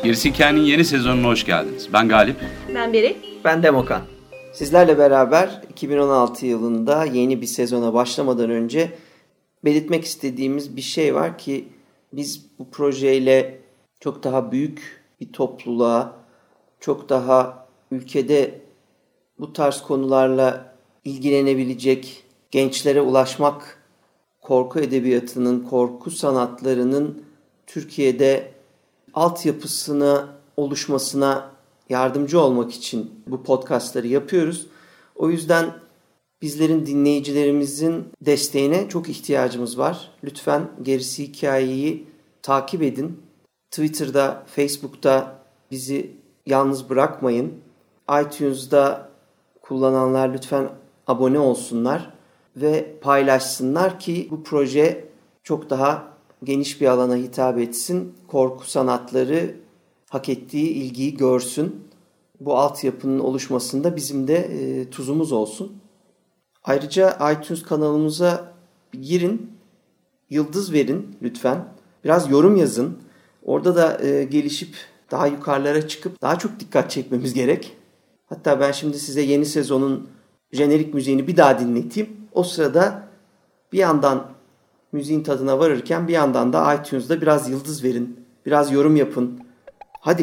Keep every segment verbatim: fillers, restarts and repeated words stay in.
Gerisi Hikayenin yeni sezonuna hoş geldiniz. Ben Galip. Ben Beril. Ben Demokan. Sizlerle beraber iki bin on altı yılında yeni bir sezona başlamadan önce belirtmek istediğimiz bir şey var ki biz bu projeyle çok daha büyük bir topluluğa, çok daha ülkede bu tarz konularla ilgilenebilecek gençlere ulaşmak, korku edebiyatının, korku sanatlarının Türkiye'de altyapısına oluşmasına yardımcı olmak için bu podcastları yapıyoruz. O yüzden bizlerin, dinleyicilerimizin desteğine çok ihtiyacımız var. Lütfen Gerisi Hikayeyi takip edin. Twitter'da, Facebook'ta bizi yalnız bırakmayın. iTunes'da kullananlar lütfen abone olsunlar ve paylaşsınlar ki bu proje çok daha geniş bir alana hitap etsin. Korku sanatları hak ettiği ilgiyi görsün. Bu altyapının oluşmasında bizim de e, tuzumuz olsun. Ayrıca iTunes kanalımıza girin, yıldız verin lütfen. Biraz yorum yazın. Orada da e, gelişip daha yukarılara çıkıp daha çok dikkat çekmemiz gerek. Hatta ben şimdi size yeni sezonun jenerik müziğini bir daha dinleteyim. O sırada bir yandan müziğin tadına varırken bir yandan da iTunes'da biraz yıldız verin. Biraz yorum yapın. Hadi.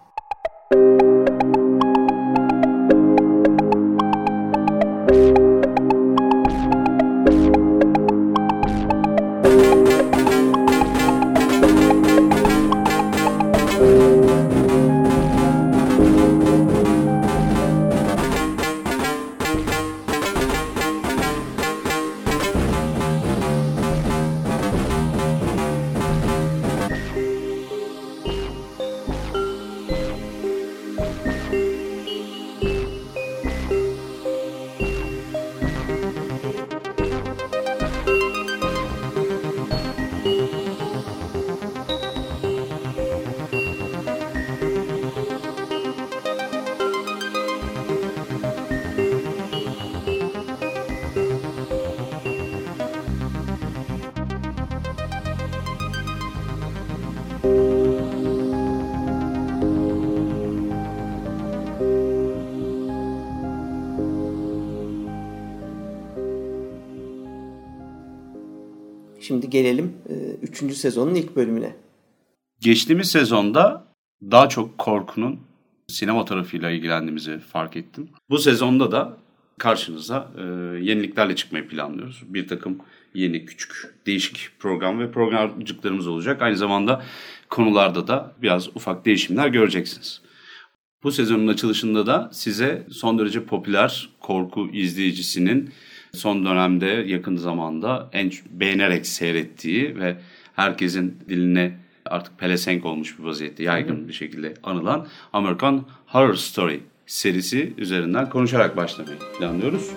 Şimdi gelelim üçüncü sezonun ilk bölümüne. Geçtiğimiz sezonda daha çok korkunun sinema tarafıyla ilgilendiğimizi fark ettim. Bu sezonda da karşınıza e, yeniliklerle çıkmayı planlıyoruz. Bir takım yeni, küçük, değişik program ve programcıklarımız olacak. Aynı zamanda konularda da biraz ufak değişimler göreceksiniz. Bu sezonun açılışında da size son derece popüler korku izleyicisinin son dönemde yakın zamanda en beğenerek seyrettiği ve herkesin diline artık pelesenk olmuş bir vaziyette yaygın hmm. bir şekilde anılan American Horror Story serisi üzerinden konuşarak başlamayı planlıyoruz.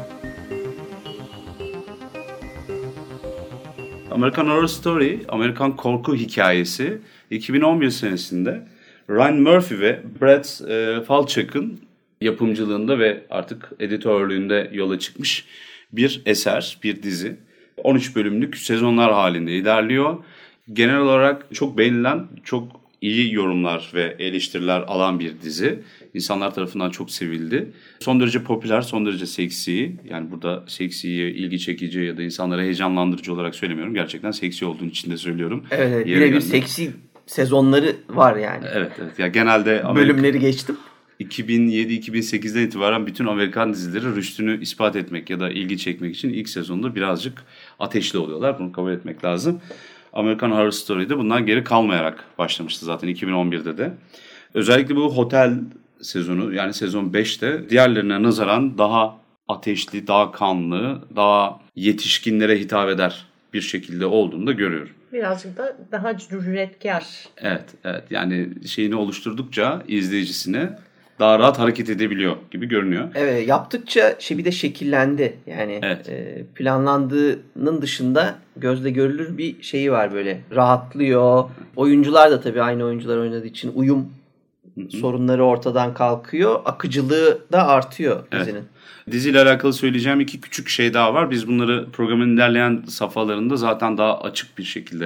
American Horror Story, Amerikan korku hikayesi iki bin on bir senesinde Ryan Murphy ve Brett e, Falchuk'un yapımcılığında ve artık editörlüğünde yola çıkmış bir eser, bir dizi. on üç bölümlük sezonlar halinde ilerliyor. Genel olarak çok beğenilen, çok iyi yorumlar ve eleştiriler alan bir dizi. İnsanlar tarafından çok sevildi. Son derece popüler, son derece seksi. Yani burada seksiyi, ilgi çekici ya da insanları heyecanlandırıcı olarak söylemiyorum. Gerçekten seksi olduğun için de söylüyorum. Evet, birebir seksi sezonları var yani. Evet, evet. Ya genelde Amerika... Bölümleri geçtim. iki bin yedi iki bin sekizden itibaren bütün Amerikan dizileri rüştünü ispat etmek ya da ilgi çekmek için ilk sezonda birazcık ateşli oluyorlar. Bunu kabul etmek lazım. American Horror Story'de bundan geri kalmayarak başlamıştı zaten iki bin on birde de. Özellikle bu Hotel sezonu, yani sezon beşte diğerlerine nazaran daha ateşli, daha kanlı, daha yetişkinlere hitap eder bir şekilde olduğunu da görüyorum. Birazcık da daha cüretkar. Evet, evet. Yani şeyini oluşturdukça izleyicisine daha rahat hareket edebiliyor gibi görünüyor. Evet, yaptıkça şey bir de şekillendi. Yani evet. e, planlandığının dışında gözle görülür bir şeyi var böyle. Rahatlıyor. Oyuncular da tabii aynı oyuncular oynadığı için uyum Hı-hı. sorunları ortadan kalkıyor. Akıcılığı da artıyor dizinin. Evet. Diziyle alakalı söyleyeceğim iki küçük şey daha var. Biz bunları programın ilerleyen safhalarında zaten daha açık bir şekilde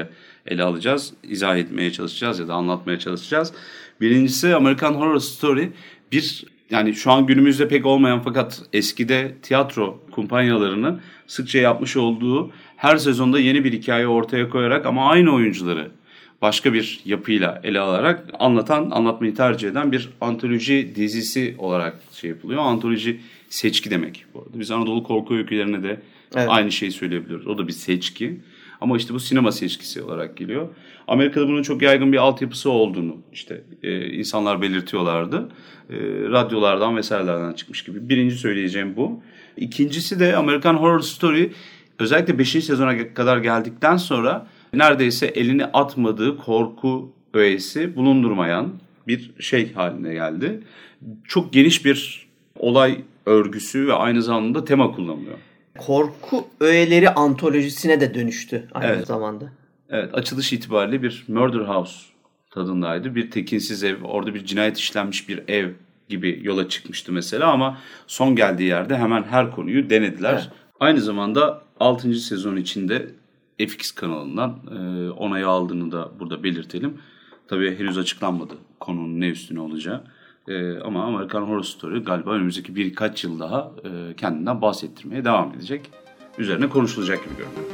ele alacağız. İzah etmeye çalışacağız ya da anlatmaya çalışacağız. Birincisi American Horror Story. Bir, yani şu an günümüzde pek olmayan fakat eskide tiyatro kumpanyalarının sıkça yapmış olduğu her sezonda yeni bir hikaye ortaya koyarak ama aynı oyuncuları başka bir yapıyla ele alarak anlatan, anlatmayı tercih eden bir antoloji dizisi olarak şey yapılıyor. Antoloji seçki demek bu arada. Biz Anadolu korku öykülerine de evet. aynı şeyi söyleyebiliyoruz. O da bir seçki. Ama işte bu sinema seçkisi olarak geliyor. Amerika'da bunun çok yaygın bir altyapısı olduğunu işte e, insanlar belirtiyorlardı. E, radyolardan vesairelerden çıkmış gibi. Birinci söyleyeceğim bu. İkincisi de American Horror Story özellikle beşinci sezona kadar geldikten sonra neredeyse elini atmadığı korku öğesi bulundurmayan bir şey haline geldi. Çok geniş bir olay örgüsü ve aynı zamanda tema kullanılıyor. Korku öğeleri antolojisine de dönüştü aynı evet. zamanda. Evet, açılış itibariyle bir Murder House tadındaydı. Bir tekinsiz ev, orada bir cinayet işlenmiş bir ev gibi yola çıkmıştı mesela ama son geldiği yerde hemen her konuyu denediler. Evet. Aynı zamanda altıncı sezon içinde F X kanalından e, onayı aldığını da burada belirtelim. Tabii henüz açıklanmadı konunun ne üstüne olacağı. E, ama American Horror Story galiba önümüzdeki birkaç yıl daha e, kendinden bahsettirmeye devam edecek. Üzerine konuşulacak gibi görünüyor.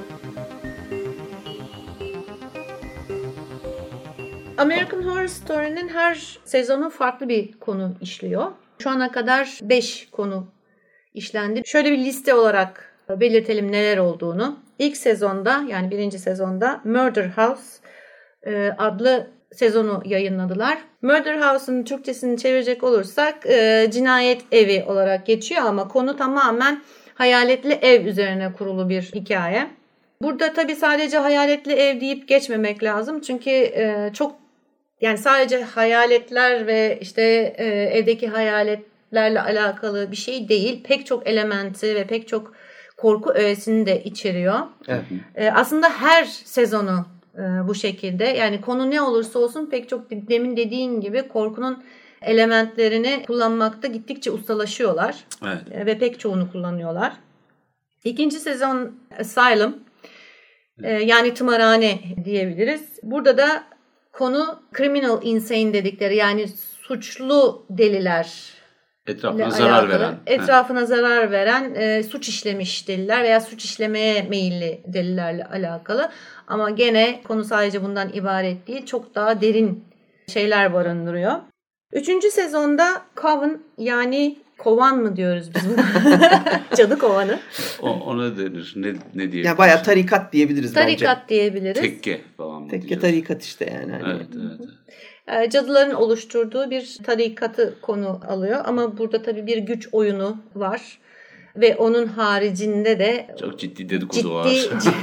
American Horror Story'nin her sezonu farklı bir konu işliyor. Şu ana kadar beş konu işlendi. Şöyle bir liste olarak belirtelim neler olduğunu. İlk sezonda, yani birinci sezonda Murder House e, adlı sezonu yayınladılar. Murder House'un Türkçesini çevirecek olursak e, cinayet evi olarak geçiyor ama konu tamamen hayaletli ev üzerine kurulu bir hikaye. Burada tabii sadece hayaletli ev deyip geçmemek lazım. Çünkü e, çok yani sadece hayaletler ve işte e, evdeki hayaletlerle alakalı bir şey değil. Pek çok elementi ve pek çok korku öğesini de içeriyor. Evet. E, aslında her sezonu e, bu şekilde. Yani konu ne olursa olsun pek çok demin dediğin gibi korkunun elementlerini kullanmakta gittikçe ustalaşıyorlar. Evet. E, ve pek çoğunu kullanıyorlar. İkinci sezon Asylum. E, yani tımarhane diyebiliriz. Burada da konu criminal insane dedikleri, yani suçlu deliler. Etrafına zarar veren. Etrafına he. zarar veren, e, suç işlemiş deliler veya suç işlemeye meyilli delilerle alakalı. Ama gene konu sadece bundan ibaret değil. Çok daha derin şeyler barındırıyor. Üçüncü sezonda Coven, yani kovan mı diyoruz biz buna? Cadı kovanı. O, ona denir. Ne, ne diyebiliriz? Ya bayağı tarikat diyebiliriz tarikat bence. Tarikat diyebiliriz. Tekke falan mı Tekke diyeceğiz? tarikat işte yani. Hani. Evet, evet, evet. Cadıların oluşturduğu bir tarikatı konu alıyor. Ama burada tabii bir güç oyunu var. Ve onun haricinde de çok ciddi dedikodu ciddi, var.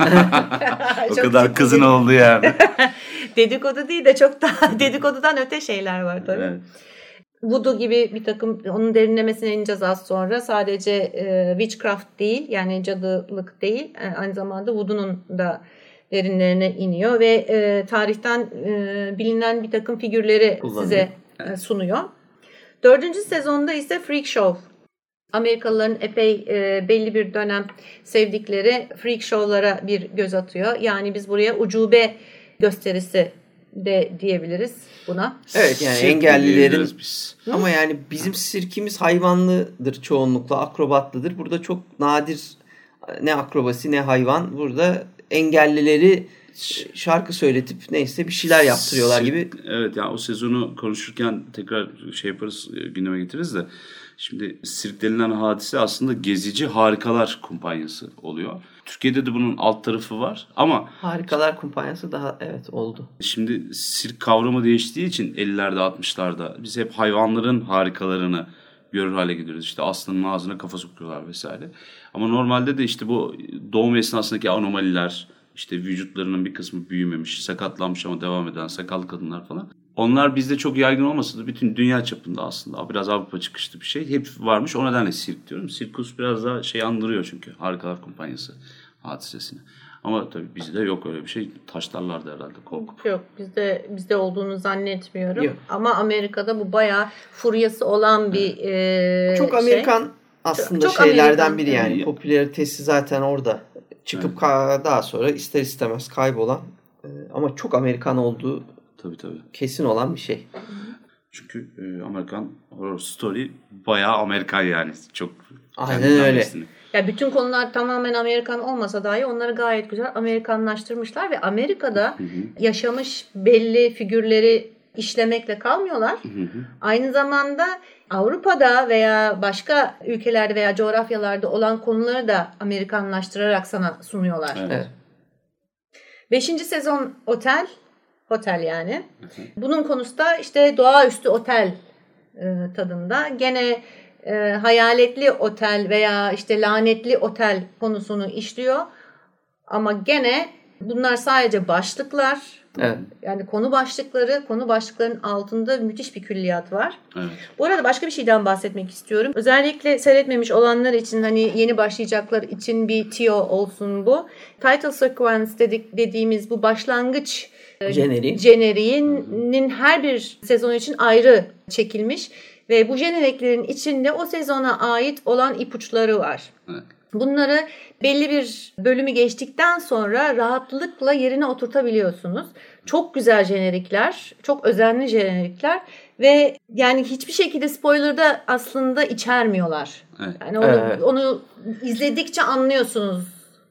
Ciddi, o kadar kızın oldu yani. Dedikodu değil de çok daha dedikodudan öte şeyler var tabii. Evet. Voodoo gibi bir takım, onun derinlemesine ineceğiz az sonra. Sadece e, witchcraft değil, yani cadılık değil, e, aynı zamanda voodoo'nun da derinlerine iniyor ve e, tarihten e, bilinen bir takım figürleri kullanıyor. Size e, sunuyor. Dördüncü sezonda ise Freak Show. Amerikalıların epey e, belli bir dönem sevdikleri freak show'lara bir göz atıyor. Yani biz buraya ucube gösterisi de diyebiliriz buna. Evet, yani sirk engellilerin biz. Ama yani bizim sirkimiz hayvanlıdır çoğunlukla, akrobatlıdır. Burada çok nadir ne akrobasi ne hayvan. Burada engellileri şarkı söyletip neyse bir şeyler yaptırıyorlar Sirk, gibi. Evet, yani o sezonu konuşurken tekrar şey yaparız, gündeme getiririz de. Şimdi sirk denilen hadise aslında gezici harikalar kumpanyası oluyor. Türkiye'de de bunun alt tarafı var ama... Harikalar kumpanyası daha evet oldu. Şimdi sirk kavramı değiştiği için ellilerde altmışlarda biz hep hayvanların harikalarını görür hale geliyoruz. İşte aslanın ağzına kafa sokuyorlar vesaire. Ama normalde de işte bu doğum esnasındaki anomaliler, işte vücutlarının bir kısmı büyümemiş, sakatlanmış ama devam eden sakallı kadınlar falan. Onlar bizde çok yaygın olmasa da bütün dünya çapında aslında biraz Avrupa çıkışlı bir şey. Hep varmış, o nedenle sirk diyorum. Sirkus biraz daha şey andırıyor çünkü Harikalar Kumpanyası hadisesini. Ama tabii bizde yok öyle bir şey. Taşlarlardı herhalde korkup. Yok, bizde bizde olduğunu zannetmiyorum. Yok. Ama Amerika'da bu bayağı furyası olan bir evet. e, çok şey. Amerikan aslında çok, çok şeylerden Amerikan. Biri yani. yani. Popülaritesi zaten orada. Çıkıp evet. daha sonra ister istemez kaybolan ama çok Amerikan olduğu tabii, tabii. kesin olan bir şey. Çünkü e, Amerikan Horror Story bayağı Amerikan yani. Çok aynen öyle. Besini. Ya bütün konular tamamen Amerikan olmasa dahi onları gayet güzel Amerikanlaştırmışlar ve Amerika'da hı hı. yaşamış belli figürleri işlemekle kalmıyorlar. Hı hı. Aynı zamanda Avrupa'da veya başka ülkelerde veya coğrafyalarda olan konuları da Amerikanlaştırarak sana sunuyorlar. Evet. Beşinci sezon otel, otel yani. Hı hı. Bunun konusu da işte doğaüstü otel e, tadında. Gene e, hayaletli otel veya işte lanetli otel konusunu işliyor. Ama gene bunlar sadece başlıklar. Evet. Yani konu başlıkları, konu başlıklarının altında müthiş bir külliyat var. Evet. Bu arada başka bir şeyden bahsetmek istiyorum. Özellikle seyretmemiş olanlar için, hani yeni başlayacaklar için bir tiyo olsun bu. Title sequence dedik, dediğimiz bu başlangıç jeneriği. jeneriğinin her bir sezon için ayrı çekilmiş ve bu jeneriklerin içinde o sezona ait olan ipuçları var. Evet. Bunları belli bir bölümü geçtikten sonra rahatlıkla yerine oturtabiliyorsunuz. Çok güzel jenerikler, çok özenli jenerikler ve yani hiçbir şekilde spoiler'da aslında içermiyorlar. Evet. Yani onu, evet. onu izledikçe anlıyorsunuz.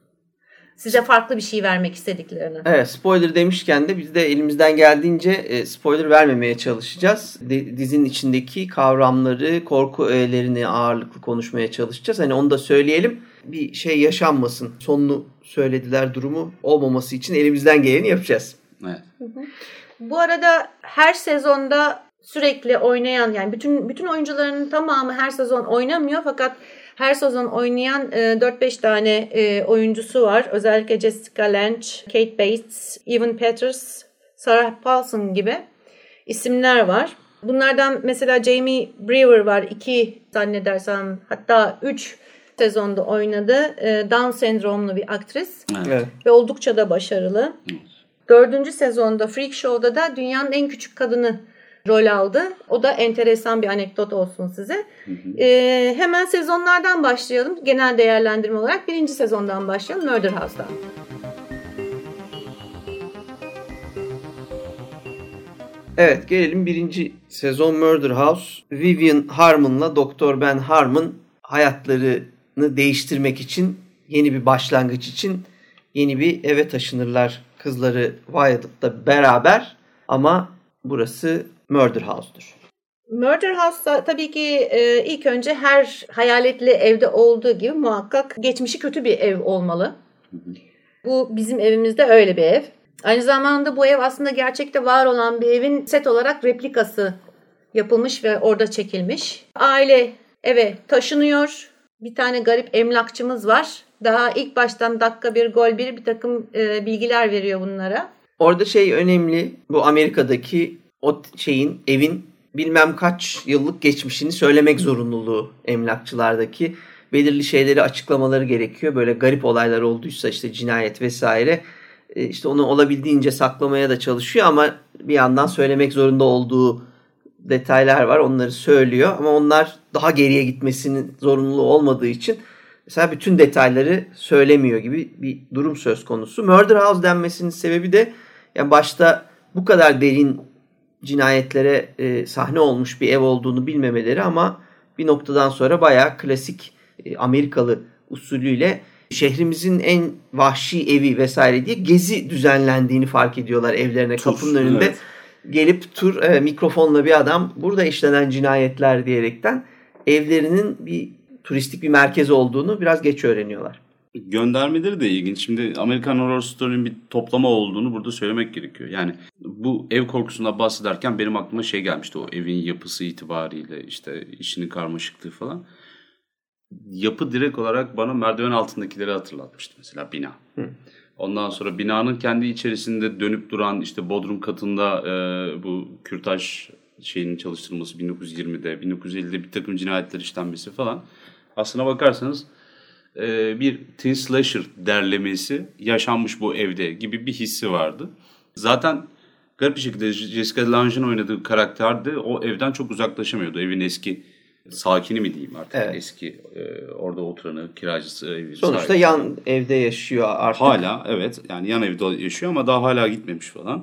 Size farklı bir şey vermek istediklerini. Evet, spoiler demişken de biz de elimizden geldiğince spoiler vermemeye çalışacağız. Dizinin içindeki kavramları, korku öğelerini ağırlıklı konuşmaya çalışacağız. Hani onu da söyleyelim. Bir şey yaşanmasın. Sonunu söylediler durumu olmaması için elimizden geleni yapacağız. Evet. Hı hı. Bu arada her sezonda sürekli oynayan, yani bütün bütün oyuncuların tamamı her sezon oynamıyor fakat her sezon oynayan e, dört beş tane e, oyuncusu var. Özellikle Jessica Lange, Kate Bates, Evan Peters, Sarah Paulson gibi isimler var. Bunlardan mesela Jamie Brewer var. İki zannedersem, hatta üç sezonda oynadı. E, Down sendromlu bir aktris. Evet. Ve oldukça da başarılı. Evet. Dördüncü sezonda Freak Show'da da dünyanın en küçük kadını rol aldı. O da enteresan bir anekdot olsun size. Hı hı. Ee, hemen sezonlardan başlayalım. Genel değerlendirme olarak birinci sezondan başlayalım. Murder House'dan. Evet, gelelim birinci sezon Murder House. Vivian Harmon'la Doktor Ben Harmon hayatlarını değiştirmek için, yeni bir başlangıç için yeni bir eve taşınırlar. Kızları Violet'la beraber, ama burası Murder House'dur. Murder House'da tabii ki e, ilk önce her hayaletli evde olduğu gibi muhakkak geçmişi kötü bir ev olmalı. Hı hı. Bu bizim evimizde öyle bir ev. Aynı zamanda bu ev aslında gerçekte var olan bir evin set olarak replikası yapılmış ve orada çekilmiş. Aile eve taşınıyor. Bir tane garip emlakçımız var. Daha ilk baştan dakika bir, gol bir bir takım e, bilgiler veriyor bunlara. Orada şey önemli, bu Amerika'daki o şeyin, evin bilmem kaç yıllık geçmişini söylemek zorunluluğu emlakçılardaki. Belirli şeyleri açıklamaları gerekiyor. Böyle garip olaylar olduysa, işte cinayet vesaire, işte onu olabildiğince saklamaya da çalışıyor ama bir yandan söylemek zorunda olduğu detaylar var. Onları söylüyor ama onlar daha geriye gitmesinin zorunluluğu olmadığı için mesela bütün detayları söylemiyor gibi bir durum söz konusu. Murder House denmesinin sebebi de yani başta bu kadar derin cinayetlere e, sahne olmuş bir ev olduğunu bilmemeleri, ama bir noktadan sonra bayağı klasik e, Amerikalı usulüyle şehrimizin en vahşi evi vesaire diye gezi düzenlendiğini fark ediyorlar evlerine, tur, kapının önünde. Evet. Gelip tur e, mikrofonla bir adam burada işlenen cinayetler diyerekten evlerinin bir turistik bir merkez olduğunu biraz geç öğreniyorlar. Göndermeleri de ilginç. Şimdi American Horror Story'nin bir toplama olduğunu burada söylemek gerekiyor. Yani bu ev korkusundan bahsederken benim aklıma şey gelmişti. O evin yapısı itibariyle, işte işinin karmaşıklığı falan. Yapı direkt olarak bana merdiven altındakileri hatırlatmıştı mesela, bina. Hı. Ondan sonra binanın kendi içerisinde dönüp duran işte bodrum katında e, bu kürtaj şeyinin çalıştırılması bin dokuz yüz yirmide, bin dokuz yüz ellide bir takım cinayetler işlenmesi falan. Aslına bakarsanız e, bir teen slasher derlemesi yaşanmış bu evde gibi bir hissi vardı. Zaten garip bir şekilde Jessica Lange'ın oynadığı karakter de o evden çok uzaklaşamıyordu. Evin eski sakini mi diyeyim artık, evet. eski e, orada oturanı, kiracısı, evi sonuçta sahibi. Yan evde yaşıyor artık. Hala evet, yani yan evde yaşıyor ama daha hala gitmemiş falan.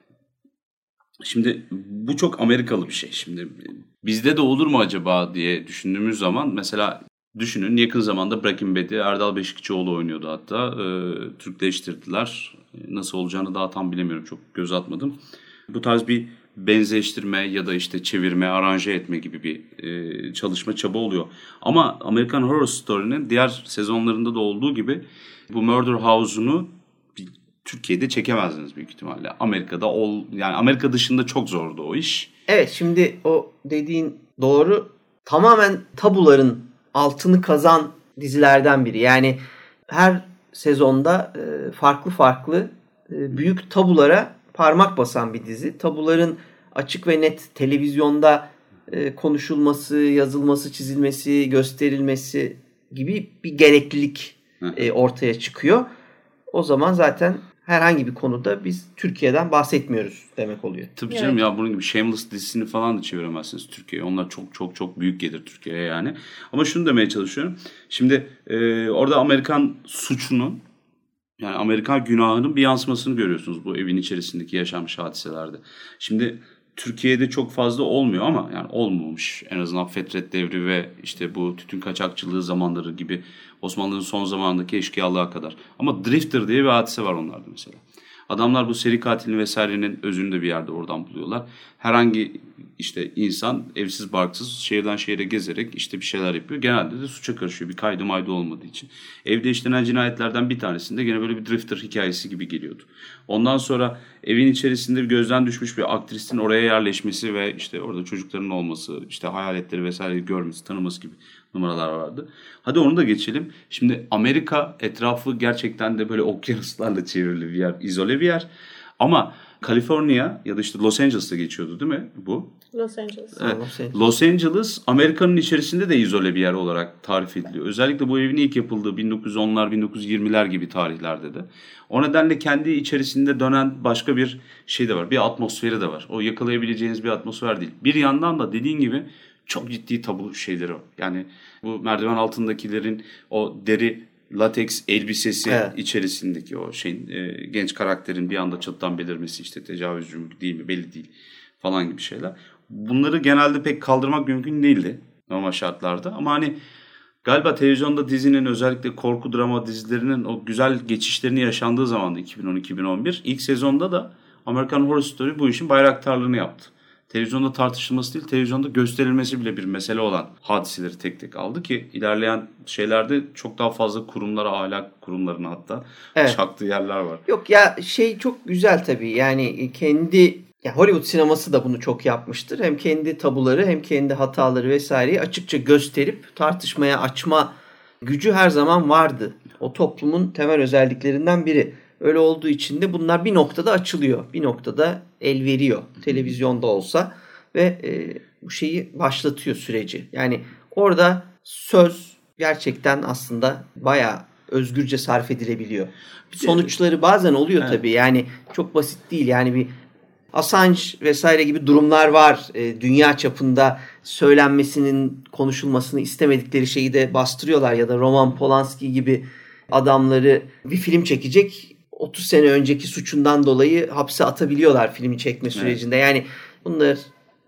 Şimdi bu çok Amerikalı bir şey. Şimdi bizde de olur mu acaba diye düşündüğümüz zaman mesela düşünün, yakın zamanda Breaking Bad'i Erdal Beşikçioğlu oynuyordu hatta. E, Türkleştirdiler. Nasıl olacağını daha tam bilemiyorum. Çok göz atmadım. Bu tarz bir benzeştirme ya da işte çevirme, aranje etme gibi bir e, çalışma, çaba oluyor. Ama American Horror Story'nin diğer sezonlarında da olduğu gibi bu Murder House'unu Türkiye'de çekemezdiniz büyük ihtimalle. Amerika'da ol, yani Amerika dışında çok zordu o iş. Evet, şimdi o dediğin doğru. Tamamen tabuların altını kazan dizilerden biri. Yani her sezonda e, farklı farklı e, büyük tabulara parmak basan bir dizi. Tabuların açık ve net televizyonda e, konuşulması, yazılması, çizilmesi, gösterilmesi gibi bir gereklilik e, ortaya çıkıyor. O zaman zaten herhangi bir konuda biz Türkiye'den bahsetmiyoruz demek oluyor. Tabii canım, evet. Ya bunun gibi Shameless dizisini falan da çeviremezsiniz Türkiye'ye. Onlar çok çok çok büyük gelir Türkiye'ye yani. Ama şunu demeye çalışıyorum. Şimdi e, orada Amerikan suçunun, yani Amerikan günahının bir yansımasını görüyorsunuz bu evin içerisindeki yaşanmış hadiselerde. Şimdi Türkiye'de çok fazla olmuyor ama yani olmamış. En azından Fetret Devri ve işte bu tütün kaçakçılığı zamanları gibi Osmanlı'nın son zamanındaki eşkıyalığa kadar. Ama Drifter diye bir hadise var onlarda mesela. Adamlar bu seri katilin vesairenin özünü de bir yerde oradan buluyorlar. Herhangi işte insan evsiz barksız şehirden şehire gezerek işte bir şeyler yapıyor. Genelde de suça karışıyor, bir kaydı maydı olmadığı için. Evde işlenen cinayetlerden bir tanesinde gene böyle bir Drifter hikayesi gibi geliyordu. Ondan sonra evin içerisinde bir gözden düşmüş bir aktristin oraya yerleşmesi ve işte orada çocukların olması, işte hayaletleri vesaire görmesi, tanıması gibi numaralar vardı. Hadi onu da geçelim. Şimdi Amerika etrafı gerçekten de böyle okyanuslarla çevrili bir yer, izole bir yer. Ama Kaliforniya ya da işte Los Angeles'ta geçiyordu değil mi bu? Los Angeles. Evet. Los Angeles Amerika'nın içerisinde de izole bir yer olarak tarif ediliyor. Özellikle bu evin ilk yapıldığı bin dokuz yüz onlar bin dokuz yüz yirmiler gibi tarihlerde de. O nedenle kendi içerisinde dönen başka bir şey de var. Bir atmosferi de var. O yakalayabileceğiniz bir atmosfer değil. Bir yandan da dediğin gibi çok ciddi tabu şeyleri var. Yani bu merdiven altındakilerin o deri lateks elbisesi, evet, içerisindeki o şeyin e, genç karakterin bir anda çatıdan belirmesi, işte tecavüzcü mü değil mi belli değil falan gibi şeyler. Bunları genelde pek kaldırmak mümkün değildi normal şartlarda. Ama hani galiba televizyonda dizinin, özellikle korku drama dizilerinin o güzel geçişlerini yaşandığı zamanda iki bin on iki iki bin on bir ilk sezonda da American Horror Story bu işin bayraktarlığını yaptı. Televizyonda tartışılması değil, televizyonda gösterilmesi bile bir mesele olan hadiseleri tek tek aldı ki ilerleyen şeylerde çok daha fazla kurumlara, ahlak kurumlarına hatta, evet, çaktığı yerler var. Yok ya, şey çok güzel tabii, yani kendi ya Hollywood sineması da bunu çok yapmıştır. Hem kendi tabuları hem kendi hataları vesaireyi açıkça gösterip tartışmaya açma gücü her zaman vardı. O toplumun temel özelliklerinden biri. Öyle olduğu için de bunlar bir noktada açılıyor. Bir noktada el veriyor. Televizyonda olsa ve e, bu şeyi başlatıyor süreci. Yani orada söz gerçekten aslında bayağı özgürce sarf edilebiliyor. Sonuçları bazen oluyor, evet, tabii. Yani çok basit değil. Yani bir Assange vesaire gibi durumlar var. E, dünya çapında söylenmesinin, konuşulmasını istemedikleri şeyi de bastırıyorlar. Ya da Roman Polanski gibi adamları bir film çekecek, otuz sene önceki suçundan dolayı hapse atabiliyorlar filmi çekme sürecinde. Evet. Yani bunların,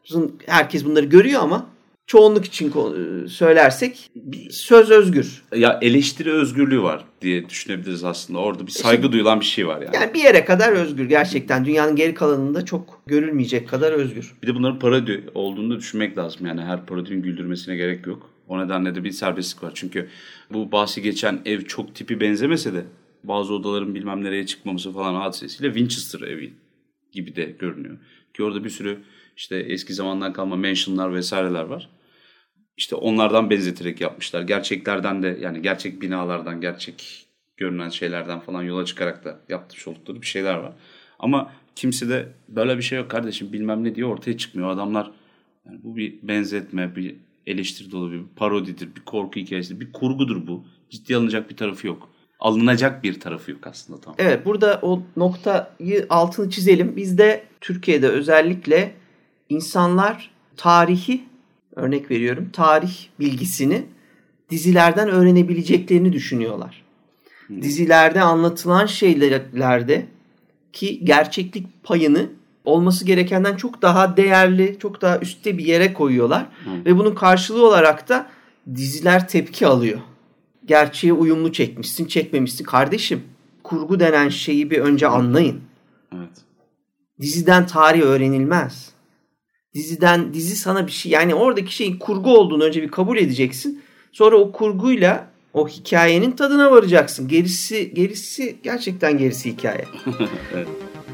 herkes bunları görüyor ama çoğunluk için söylersek söz özgür. Ya eleştiri özgürlüğü var diye düşünebiliriz aslında. Orada bir saygı işte, duyulan bir şey var yani. Yani bir yere kadar özgür. Gerçekten dünyanın geri kalanında çok görülmeyecek kadar özgür. Bir de bunların parodi olduğunu da düşünmek lazım. Yani her parodinin güldürmesine gerek yok. O nedenle de bir serbestlik var. Çünkü bu bahsi geçen ev çok tipi benzemese de bazı odaların bilmem nereye çıkmaması falan hadisesiyle Winchester evi gibi de görünüyor. Ki orada bir sürü işte eski zamandan kalma mansionlar vesaireler var. İşte onlardan benzeterek yapmışlar. Gerçeklerden de, yani gerçek binalardan, gerçek görünen şeylerden falan yola çıkarak da yapmış oldukları bir şeyler var. Ama kimse de böyle bir şey yok kardeşim bilmem ne diye ortaya çıkmıyor. Adamlar, yani bu bir benzetme, bir eleştiri dolu bir parodidir, bir korku hikayesi, bir kurgudur bu. Ciddiye alınacak bir tarafı yok. Alınacak bir tarafı yok aslında tam. Evet, burada o noktayı altını çizelim. Bizde Türkiye'de özellikle insanlar tarihi örnek veriyorum, tarih bilgisini dizilerden öğrenebileceklerini düşünüyorlar. Hmm. Dizilerde anlatılan şeylerde ki gerçeklik payını olması gerekenden çok daha değerli, çok daha üstte bir yere koyuyorlar. Hmm. Ve bunun karşılığı olarak da diziler tepki alıyor. Gerçeğe uyumlu çekmişsin, çekmemişsin. Kardeşim, kurgu denen şeyi bir önce anlayın. Evet. Diziden tarih öğrenilmez. Diziden, dizi sana bir şey, yani oradaki şeyin kurgu olduğunu önce bir kabul edeceksin. Sonra o kurguyla o hikayenin tadına varacaksın. Gerisi, gerisi gerçekten gerisi hikaye. Evet.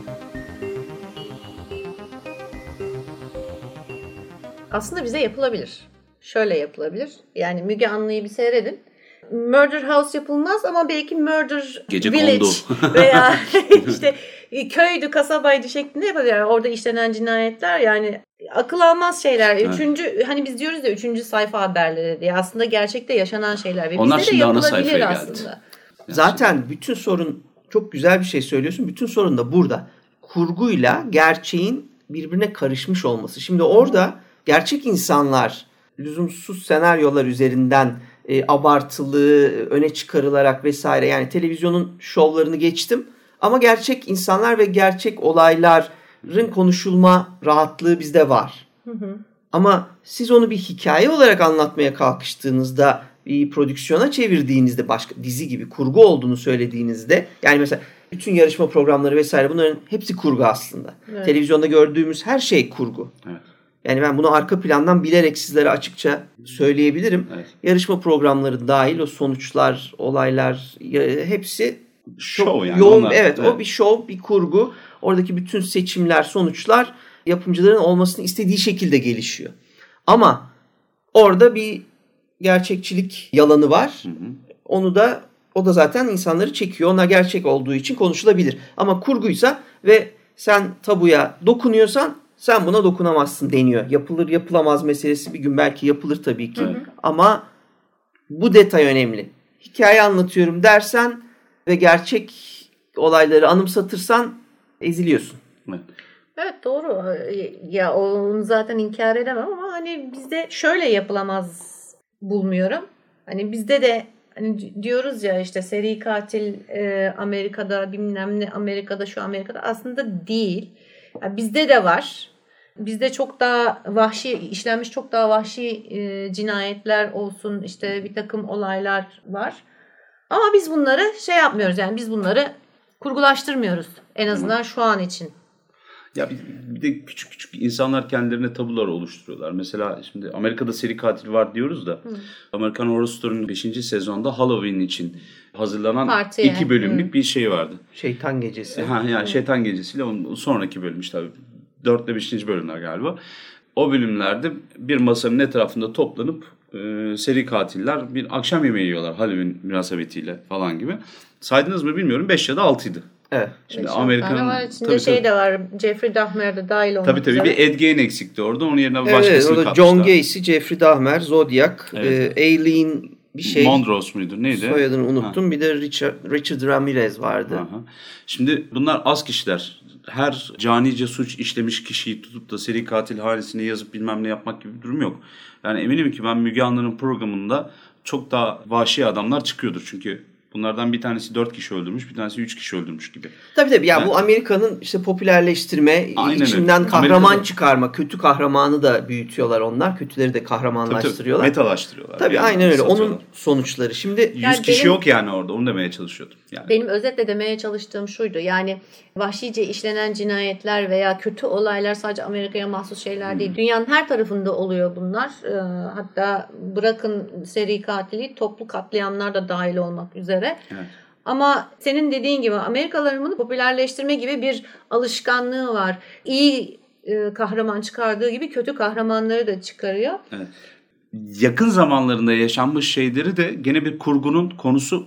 Aslında bize yapılabilir. Şöyle yapılabilir. Yani Müge Anlı'yı bir seyredin. Murder House yapılmaz ama belki Murder Gece Village veya işte köydü, kasabaydı şeklinde yapılır. Yani orada işlenen cinayetler, yani akıl almaz şeyler. Evet. Üçüncü, hani biz diyoruz ya üçüncü sayfa haberleri diye. Aslında gerçekte yaşanan şeyler. Ve onlar bizde de yapılabilir aslında. Geldi. Zaten bütün sorun, çok güzel bir şey söylüyorsun. Bütün sorun da burada. Kurguyla gerçeğin birbirine karışmış olması. Şimdi orada gerçek insanlar lüzumsuz senaryolar üzerinden e, abartılı, öne çıkarılarak vesaire, yani televizyonun şovlarını geçtim ama gerçek insanlar ve gerçek olayların konuşulma rahatlığı bizde var. Hı hı. Ama siz onu bir hikaye olarak anlatmaya kalkıştığınızda, bir prodüksiyona çevirdiğinizde, başka dizi gibi kurgu olduğunu söylediğinizde, yani mesela bütün yarışma programları vesaire, bunların hepsi kurgu aslında. Evet. Televizyonda gördüğümüz her şey kurgu. Evet. Yani ben bunu arka plandan bilerek sizlere açıkça söyleyebilirim. Evet. Yarışma programları dahil o sonuçlar, olaylar hepsi şov yani. Yoğun, onlar, evet, evet, o bir şov, bir kurgu. Oradaki bütün seçimler, sonuçlar yapımcıların olmasını istediği şekilde gelişiyor. Ama orada bir gerçekçilik yalanı var. Hı hı. Onu da o da zaten insanları çekiyor. Onlar gerçek olduğu için konuşulabilir. Ama kurguysa ve sen tabuya dokunuyorsan sen buna dokunamazsın deniyor. Yapılır yapılamaz meselesi bir gün belki yapılır tabii ki. Hı hı. Ama bu detay önemli. Hikaye anlatıyorum dersen ve gerçek olayları anımsatırsan eziliyorsun. Evet. Evet, doğru. Ya onu zaten inkar edemem ama hani bizde şöyle yapılamaz bulmuyorum. Hani bizde de hani diyoruz ya işte seri katil e, Amerika'da, bilmem ne Amerika'da, şu Amerika'da, aslında değil. Yani bizde de var. Bizde çok daha vahşi işlenmiş, çok daha vahşi e, cinayetler olsun, işte bir takım olaylar var. Ama biz bunları şey yapmıyoruz, yani biz bunları kurgulaştırmıyoruz en azından şu an için. Ya bir de küçük küçük insanlar kendilerine tabular oluşturuyorlar. Mesela şimdi Amerika'da seri katil var diyoruz da, Hı. American Horror Story'nin beşinci sezonda Halloween için hazırlanan Partiye. iki bölümlük Hı. bir şey vardı. Şeytan Gecesi. Ha, yani Hı. Şeytan Gecesi'yle onun sonraki bölüm işte dört ile beşinci bölümler galiba. O bölümlerde bir masanın etrafında toplanıp e, seri katiller bir akşam yemeği yiyorlar Halloween münasebetiyle falan gibi. Saydınız mı bilmiyorum, beş ya da altıydı. Evet. Şimdi Amerika'nın var. İçinde tabii, şey tabii. de var. Jeffrey Dahmer de dahil olmak Tabii tabii üzere. Bir Ed Gein eksikti orada. Onun yerine evet, başkasını evet, kapmışlar. John Gacy, Jeffrey Dahmer, Zodiac, evet. e, Aileen bir şey. Montrose muydu? Neydi? Soyadını unuttum. Ha. Bir de Richard, Richard Ramirez vardı. Aha. Şimdi bunlar az kişiler. Her canice suç işlemiş kişiyi tutup da seri katil hanesine yazıp bilmem ne yapmak gibi bir durum yok. Yani eminim ki ben Müge Anlı'nın programında çok daha vahşi adamlar çıkıyordur. Çünkü bunlardan bir tanesi dört kişi öldürmüş, bir tanesi üç kişi öldürmüş gibi. Tabii tabii. Ya yani, bu Amerika'nın işte popülerleştirme, aynen içinden öyle. Kahraman Amerika'da çıkarma, kötü kahramanı da büyütüyorlar onlar. Kötüleri de kahramanlaştırıyorlar. Tabii, tabii. Metalaştırıyorlar. Tabii yani, aynen öyle. Onun sonuçları. Şimdi yüz yani kişi benim, yok yani orada. Onu demeye çalışıyordum. Yani. Benim özetle demeye çalıştığım şuydu. Yani vahşice işlenen cinayetler veya kötü olaylar sadece Amerika'ya mahsus şeyler hmm. değil. Dünyanın her tarafında oluyor bunlar. Ee, hatta bırakın seri katili, toplu katliamlar da dahil olmak üzere. Evet. Ama senin dediğin gibi Amerikalıların bunu popülerleştirme gibi bir alışkanlığı var. İyi e, kahraman çıkardığı gibi kötü kahramanları da çıkarıyor. Evet. Yakın zamanlarında yaşanmış şeyleri de gene bir kurgunun konusu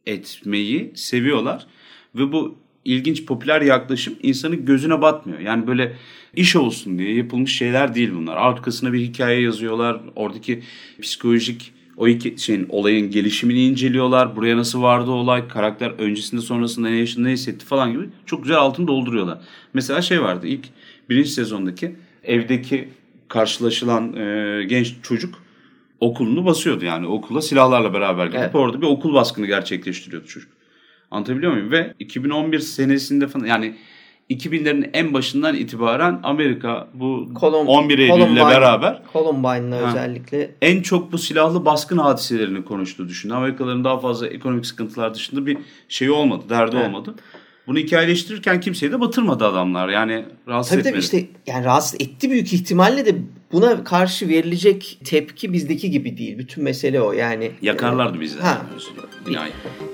etmeyi seviyorlar. Ve bu ilginç popüler yaklaşım insanın gözüne batmıyor. Yani böyle iş olsun diye yapılmış şeyler değil bunlar. Arkasına bir hikaye yazıyorlar. Oradaki psikolojik o iki şeyin, olayın gelişimini inceliyorlar. Buraya nasıl vardı olay, karakter öncesinde sonrasında ne yaşadı, ne hissetti falan gibi çok güzel altını dolduruyorlar. Mesela şey vardı ilk birinci sezondaki evdeki karşılaşılan e, genç çocuk okulunu basıyordu. Yani okula silahlarla beraber gidip evet. orada bir okul baskını gerçekleştiriyordu çocuk. Anlatabiliyor muyum? Ve iki bin on bir senesinde falan, yani iki binlerin en başından itibaren Amerika bu Colum, on bir Eylül'le beraber Columbine'la özellikle en çok bu silahlı baskın hadiselerini konuştu, düşündü. Amerikalıların daha fazla ekonomik sıkıntılar dışında bir şey olmadı, derdi evet. olmadı. Bunu hikayeleştirirken kimseyi de batırmadı adamlar. Yani rahatsız tabii etmedi. Tabii işte yani rahatsız etti büyük ihtimalle de buna karşı verilecek tepki bizdeki gibi değil. Bütün mesele o yani. Yakarlardı e, bizden. Ha. Binayı.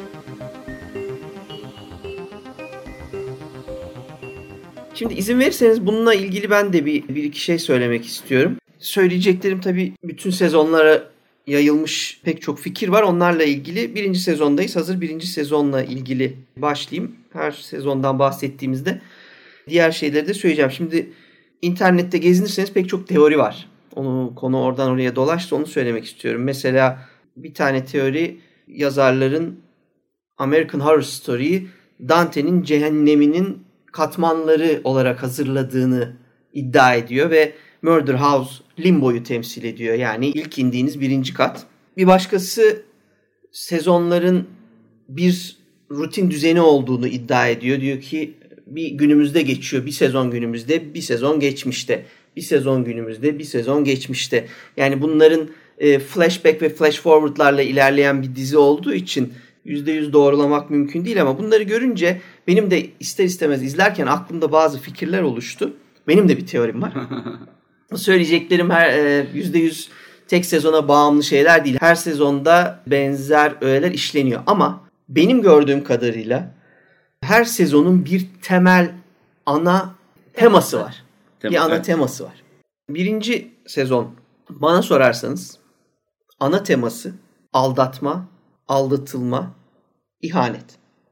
Şimdi izin verirseniz bununla ilgili ben de bir, bir iki şey söylemek istiyorum. Söyleyeceklerim tabii bütün sezonlara yayılmış pek çok fikir var. Onlarla ilgili birinci sezondayız. Hazır birinci sezonla ilgili başlayayım. Her sezondan bahsettiğimizde diğer şeyleri de söyleyeceğim. Şimdi internette gezinirseniz pek çok teori var. Onu konu oradan oraya dolaşsa onu söylemek istiyorum. Mesela bir tane teori yazarların American Horror Story'yi Dante'nin cehenneminin katmanları olarak hazırladığını iddia ediyor ve Murder House Limbo'yu temsil ediyor. Yani ilk indiğiniz birinci kat. Bir başkası sezonların bir rutin düzeni olduğunu iddia ediyor. Diyor ki bir günümüzde geçiyor. Bir sezon günümüzde, bir sezon geçmişte. Bir sezon günümüzde, bir sezon geçmişte. Yani bunların e, flashback ve flash forward'larla ilerleyen bir dizi olduğu için yüzde yüz doğrulamak mümkün değil ama bunları görünce benim de ister istemez izlerken aklımda bazı fikirler oluştu. Benim de bir teorim var. Söyleyeceklerim her yüzde yüz tek sezona bağımlı şeyler değil. Her sezonda benzer öğeler işleniyor. Ama benim gördüğüm kadarıyla her sezonun bir temel ana teması var. Tem- bir ana evet. teması var. Birinci sezon bana sorarsanız ana teması aldatma, aldatılma, ihanet.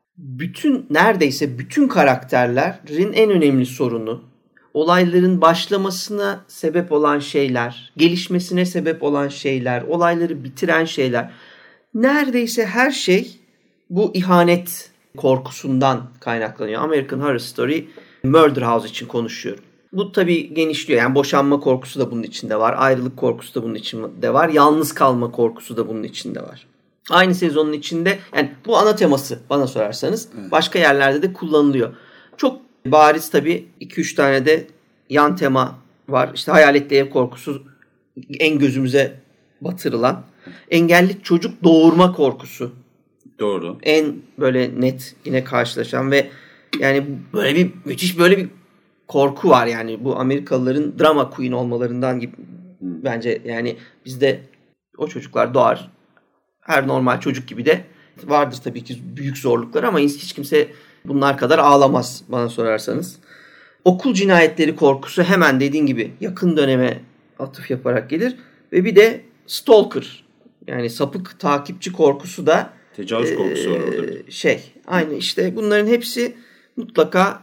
Bütün neredeyse bütün karakterlerin en önemli sorunu, olayların başlamasına sebep olan şeyler, gelişmesine sebep olan şeyler, olayları bitiren şeyler, neredeyse her şey bu ihanet korkusundan kaynaklanıyor. American Horror Story, Murder House için konuşuyorum. Bu tabii genişliyor. Yani boşanma korkusu da bunun içinde var. Ayrılık korkusu da bunun içinde var. Yalnız kalma korkusu da bunun içinde var. Aynı sezonun içinde, yani bu ana teması bana sorarsanız. Evet. Başka yerlerde de kullanılıyor. Çok bariz tabii iki üç tane de yan tema var. İşte hayaletli ev korkusu en gözümüze batırılan. Engelli çocuk doğurma korkusu. Doğru. En böyle net yine karşılaşan ve yani böyle bir müthiş böyle bir korku var yani bu Amerikalıların drama queen olmalarından gibi bence yani bizde o çocuklar doğar. Her normal çocuk gibi de vardır tabii ki büyük zorluklar ama hiç kimse bunlar kadar ağlamaz bana sorarsanız. Okul cinayetleri korkusu hemen dediğin gibi yakın döneme atıf yaparak gelir. Ve bir de stalker yani sapık takipçi korkusu da tecavüz korkusu var orada. Şey aynı işte bunların hepsi mutlaka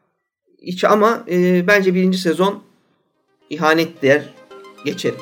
iç ama e, bence birinci sezon ihanet der geçerim.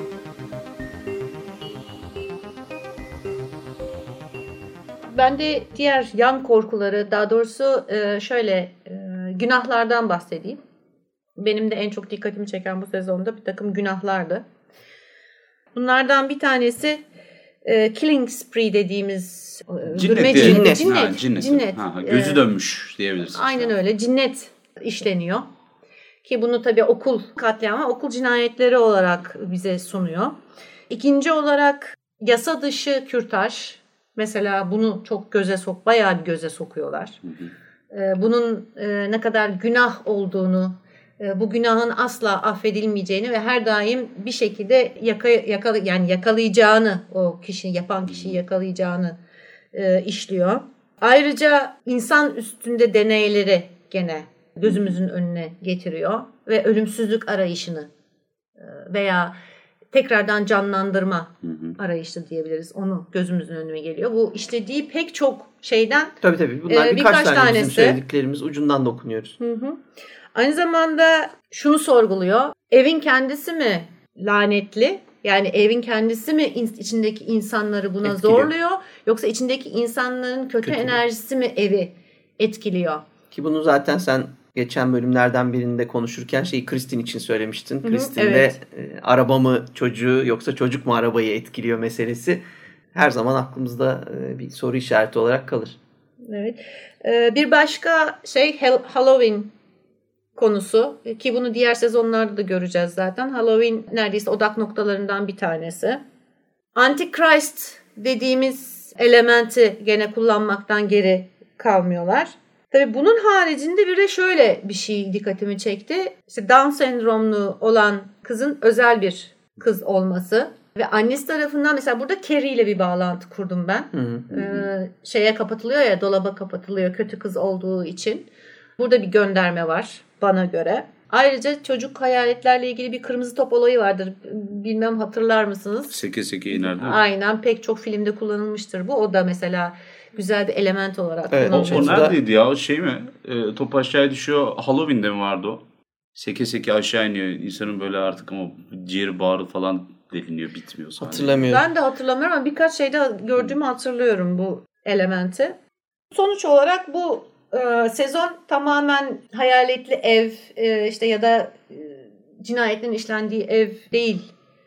Ben de diğer yan korkuları, daha doğrusu şöyle günahlardan bahsedeyim. Benim de en çok dikkatimi çeken bu sezonda bir takım günahlardı. Bunlardan bir tanesi killing spree dediğimiz cinnet. Cinnet. Cinnet. Ha, cinnet. cinnet. Ha, gözü dönmüş diyebiliriz. Aynen öyle. Cinnet işleniyor. Ki bunu tabii okul katliamı, okul cinayetleri olarak bize sunuyor. İkinci olarak yasa dışı kürtaj. Mesela bunu çok göze sok, bayağı bir göze sokuyorlar. Hı hı. Bunun ne kadar günah olduğunu, bu günahın asla affedilmeyeceğini ve her daim bir şekilde yaka, yakala, yani yakalayacağını, o kişi yapan kişiyi yakalayacağını e, işliyor. Ayrıca insan üstünde deneyleri gene gözümüzün önüne getiriyor ve ölümsüzlük arayışını e, veya tekrardan canlandırma hı hı. arayışı diyebiliriz. Onu gözümüzün önüne geliyor. Bu işlediği pek çok şeyden tabii tabii bunlar e, birkaç, birkaç tane tanesi. Bizim söylediklerimiz ucundan dokunuyoruz. Hı hı. Aynı zamanda şunu sorguluyor. Evin kendisi mi lanetli? Yani evin kendisi mi içindeki insanları buna etkiliyor, zorluyor? Yoksa içindeki insanların kötü, kötü enerjisi mi evi etkiliyor? Ki bunu zaten sen geçen bölümlerden birinde konuşurken şeyi Kristin için söylemiştin. Kristin evet. ve e, araba mı çocuğu yoksa çocuk mu arabayı etkiliyor meselesi her zaman aklımızda e, bir soru işareti olarak kalır. Evet. Ee, bir başka şey Halloween konusu ki bunu diğer sezonlarda da göreceğiz zaten. Halloween neredeyse odak noktalarından bir tanesi. Antichrist dediğimiz elementi gene kullanmaktan geri kalmıyorlar. Tabii bunun haricinde bir de şöyle bir şey dikkatimi çekti. İşte Down sendromlu olan kızın özel bir kız olması ve annesi tarafından mesela burada Carrie ile bir bağlantı kurdum ben. Hı hı. Ee, şeye kapatılıyor ya, dolaba kapatılıyor kötü kız olduğu için. Burada bir gönderme var bana göre. Ayrıca çocuk hayaletlerle ilgili bir kırmızı top olayı vardır. Bilmem hatırlar mısınız? Seke seke iner değil mi? Aynen, pek çok filmde kullanılmıştır bu. O da mesela güzel bir element olarak evet, kullanılmıştır. O, o neredeydi ya? O şey mi? E, top aşağıya düşüyor. Halloween'de mi vardı o? Seke seke aşağı iniyor. İnsanın böyle artık ama ciğeri bağrı falan deliniyor. Bitmiyor sadece. Hatırlamıyorum. Ben de hatırlamıyorum ama birkaç şeyde gördüğümü hatırlıyorum bu elementi. Sonuç olarak bu e, sezon tamamen hayaletli ev e, işte ya da e, cinayetlerin işlendiği ev değil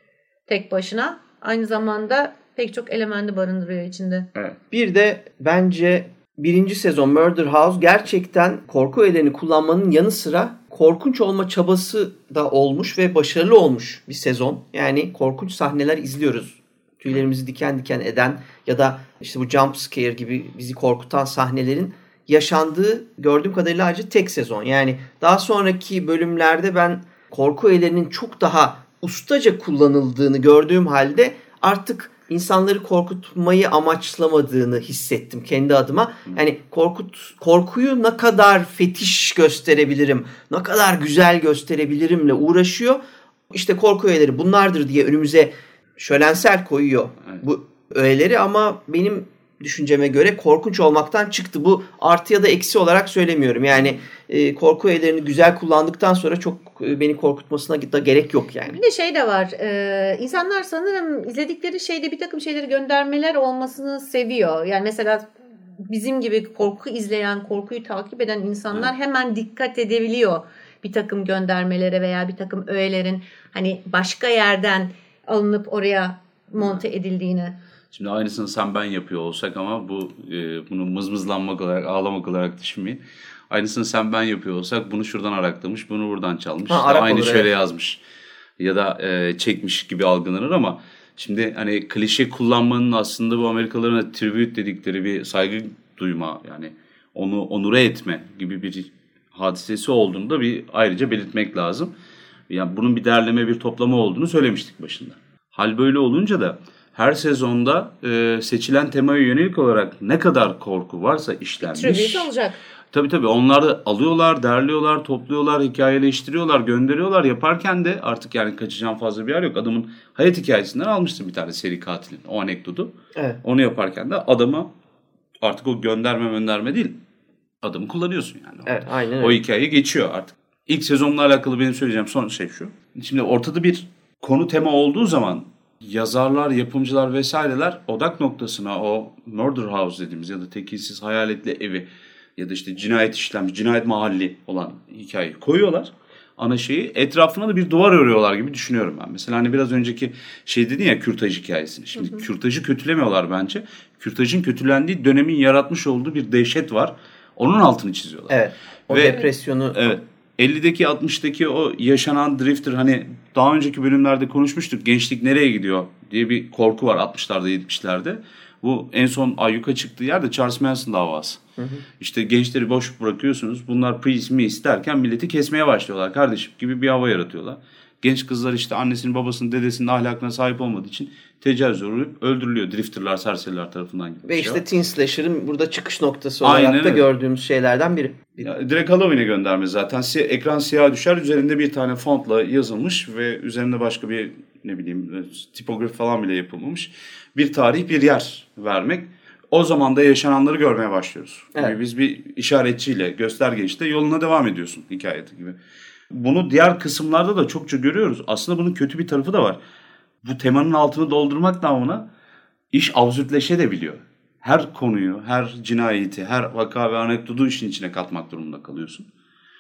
tek başına. Aynı zamanda pek çok elementi barındırıyor içinde. Evet. Bir de bence birinci sezon Murder House gerçekten korku öğelerini kullanmanın yanı sıra korkunç olma çabası da olmuş ve başarılı olmuş bir sezon. Yani korkunç sahneler izliyoruz. Tüylerimizi diken diken eden ya da işte bu jump scare gibi bizi korkutan sahnelerin yaşandığı gördüğüm kadarıyla ayrıca tek sezon. Yani daha sonraki bölümlerde ben korku öğelerinin çok daha ustaca kullanıldığını gördüğüm halde artık insanları korkutmayı amaçlamadığını hissettim kendi adıma. Yani korkut korkuyu ne kadar fetiş gösterebilirim, ne kadar güzel gösterebilirimle uğraşıyor. İşte korku öğeleri bunlardır diye önümüze şölensel koyuyor evet. bu öğeleri ama benim düşünceme göre korkunç olmaktan çıktı. Bu artı ya da eksi olarak söylemiyorum. Yani e, korku öğelerini güzel kullandıktan sonra çok e, beni korkutmasına da gerek yok yani. Bir de şey de var. E, insanlar sanırım izledikleri şeyde bir takım şeyleri göndermeler olmasını seviyor. Yani mesela bizim gibi korku izleyen, korkuyu takip eden insanlar evet. hemen dikkat edebiliyor bir takım göndermelere veya bir takım öğelerin hani başka yerden alınıp oraya monte edildiğini. Şimdi aynısını sen ben yapıyor olsak ama bu e, bunu mızmızlanmak olarak, ağlamak olarak düşünmeyin. Aynısını sen ben yapıyor olsak bunu şuradan araklamış, bunu buradan çalmış. Ha, işte aynı şöyle evet. yazmış ya da e, çekmiş gibi algılanır ama şimdi hani klişe kullanmanın aslında bu Amerikalıların tribute dedikleri bir saygı duyma yani onu onure etme gibi bir hadisesi olduğunu da bir ayrıca belirtmek lazım. Yani bunun bir derleme, bir toplama olduğunu söylemiştik başında. Hal böyle olunca da her sezonda e, seçilen temaya yönelik olarak ne kadar korku varsa işlenmiş. Tribute olacak. Tabii tabii onlar da alıyorlar, derliyorlar, topluyorlar, hikayeleştiriyorlar, gönderiyorlar. Yaparken de artık yani kaçacağım fazla bir yer yok. Adamın hayat hikayesinden almıştım bir tane seri katilin o anekdotu. Evet. Onu yaparken de adama artık o gönderme gönderme değil. Adamı kullanıyorsun yani. Evet, aynen öyle. O hikaye geçiyor artık. İlk sezonla alakalı benim söyleyeceğim son şey şu. Şimdi ortada bir konu tema olduğu zaman yazarlar, yapımcılar vesaireler odak noktasına o Murder House dediğimiz ya da tekilsiz hayaletli evi ya da işte cinayet işlenmiş, cinayet mahalli olan hikayeyi koyuyorlar. Ana şeyi etrafına da bir duvar örüyorlar gibi düşünüyorum ben. Mesela hani biraz önceki şey dedin ya kürtaj hikayesini. Şimdi hı hı. kürtajı kötülemiyorlar bence. Kürtajın kötülendiği dönemin yaratmış olduğu bir dehşet var. Onun altını çiziyorlar. Evet. O Ve, depresyonu. Evet. ellideki altmıştaki o yaşanan drifter hani daha önceki bölümlerde konuşmuştuk. Gençlik nereye gidiyor diye bir korku var altmışlarda yetmişlerde. Bu en son ayyuka çıktığı yerde Charles Manson davası. Hı hı. İşte gençleri boş bırakıyorsunuz. Bunlar please me isterken milleti kesmeye başlıyorlar kardeşim gibi bir hava yaratıyorlar. Genç kızlar işte annesinin, babasının, dedesinin ahlakına sahip olmadığı için tecavüz uğrayıp öldürülüyor. Drifterlar, serseriler tarafından gibi. Ve şey işte var. Teen Slasher'ın burada çıkış noktası olarak Aynen da öyle. gördüğümüz şeylerden biri. Ya, direkt Halloween'e gönderme zaten. Ekran siyah düşer. Üzerinde bir tane fontla yazılmış ve üzerinde başka bir ne bileyim tipografi falan bile yapılmamış. Bir tarih, bir yer vermek. O zaman da yaşananları görmeye başlıyoruz. Evet. Yani biz bir işaretçiyle, göstergeçte yoluna devam ediyorsun hikayede gibi. Bunu diğer kısımlarda da çokça görüyoruz. Aslında bunun kötü bir tarafı da var. Bu temanın altını doldurmak namına iş absürtleşebiliyor. Her konuyu, her cinayeti, her vaka ve anekdotu işin içine katmak durumunda kalıyorsun.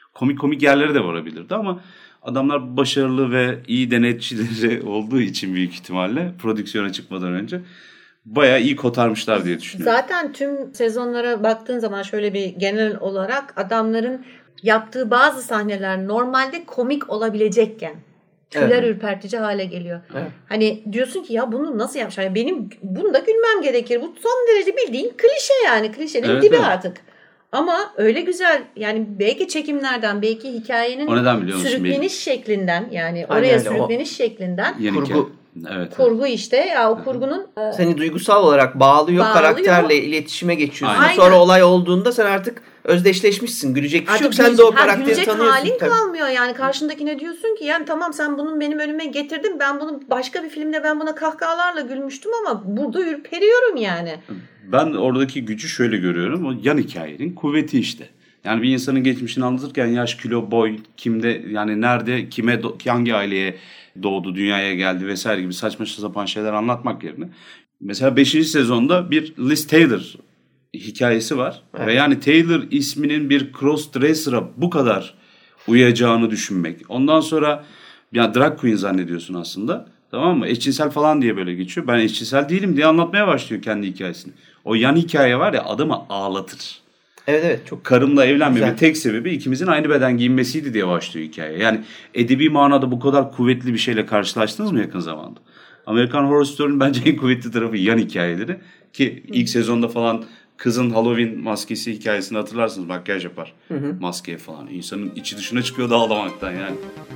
komik komik yerlere de varabilirdi ama adamlar başarılı ve iyi denetçileri olduğu için büyük ihtimalle prodüksiyona çıkmadan önce bayağı iyi kotarmışlar diye düşünüyorum. Zaten tüm sezonlara baktığın zaman şöyle bir genel olarak adamların yaptığı bazı sahneler normalde komik olabilecekken tüyler evet. ürpertici hale geliyor. Evet. Hani diyorsun ki ya bunu nasıl yapmışlar? Yani benim bunda gülmem gerekir. Bu son derece bildiğin klişe yani. Klişenin evet, dibi evet. artık. Ama öyle güzel yani belki çekimlerden belki hikayenin sürükleniş şeklinden yani oraya Aynen, sürükleniş o... şeklinden kurgu evet, kurgu evet. işte ya o kurgunun seni duygusal olarak bağlıyor, bağlıyor. karakterle iletişime geçiyorsun. Aynen. Sonra olay olduğunda sen artık özdeşleşmişsin. Gülecek bir şey yok. Sen de o karakteri tanıyorsun. Halin tabii. kalmıyor yani karşındakine diyorsun ki yani tamam sen bunun benim önüme getirdin. Ben bunu başka bir filmde ben buna kahkahalarla gülmüştüm ama burada ürperiyorum yani. Ben oradaki gücü şöyle görüyorum. O yan hikayenin kuvveti işte. Yani bir insanın geçmişini anlatırken yaş, kilo, boy, kimde yani nerede, kime, hangi aileye doğdu, dünyaya geldi vesaire gibi saçma sapan şeyler anlatmak yerine. Mesela beşinci sezonda bir Liz Taylor hikayesi var. Evet. Ve yani Taylor isminin bir crossdresser'a bu kadar uyacağını düşünmek. Ondan sonra yani drag queen zannediyorsun aslında. Tamam mı? Eşcinsel falan diye böyle geçiyor. Ben eşcinsel değilim diye anlatmaya başlıyor kendi hikayesini. O yan hikaye var ya adamı ağlatır. Evet evet. Çok karımla evlenmemin tek sebebi ikimizin aynı beden giyinmesiydi diye başlıyor hikaye. Yani edebi manada bu kadar kuvvetli bir şeyle karşılaştınız mı yakın zamanda? American Horror Story'nin bence en kuvvetli tarafı yan hikayeleri. Ki ilk hı. sezonda falan kızın Halloween maskesi hikayesini hatırlarsınız. Makyaj yapar. Hı hı. Maskeye falan. İnsanın içi dışına çıkıyor ağlamaktan yani.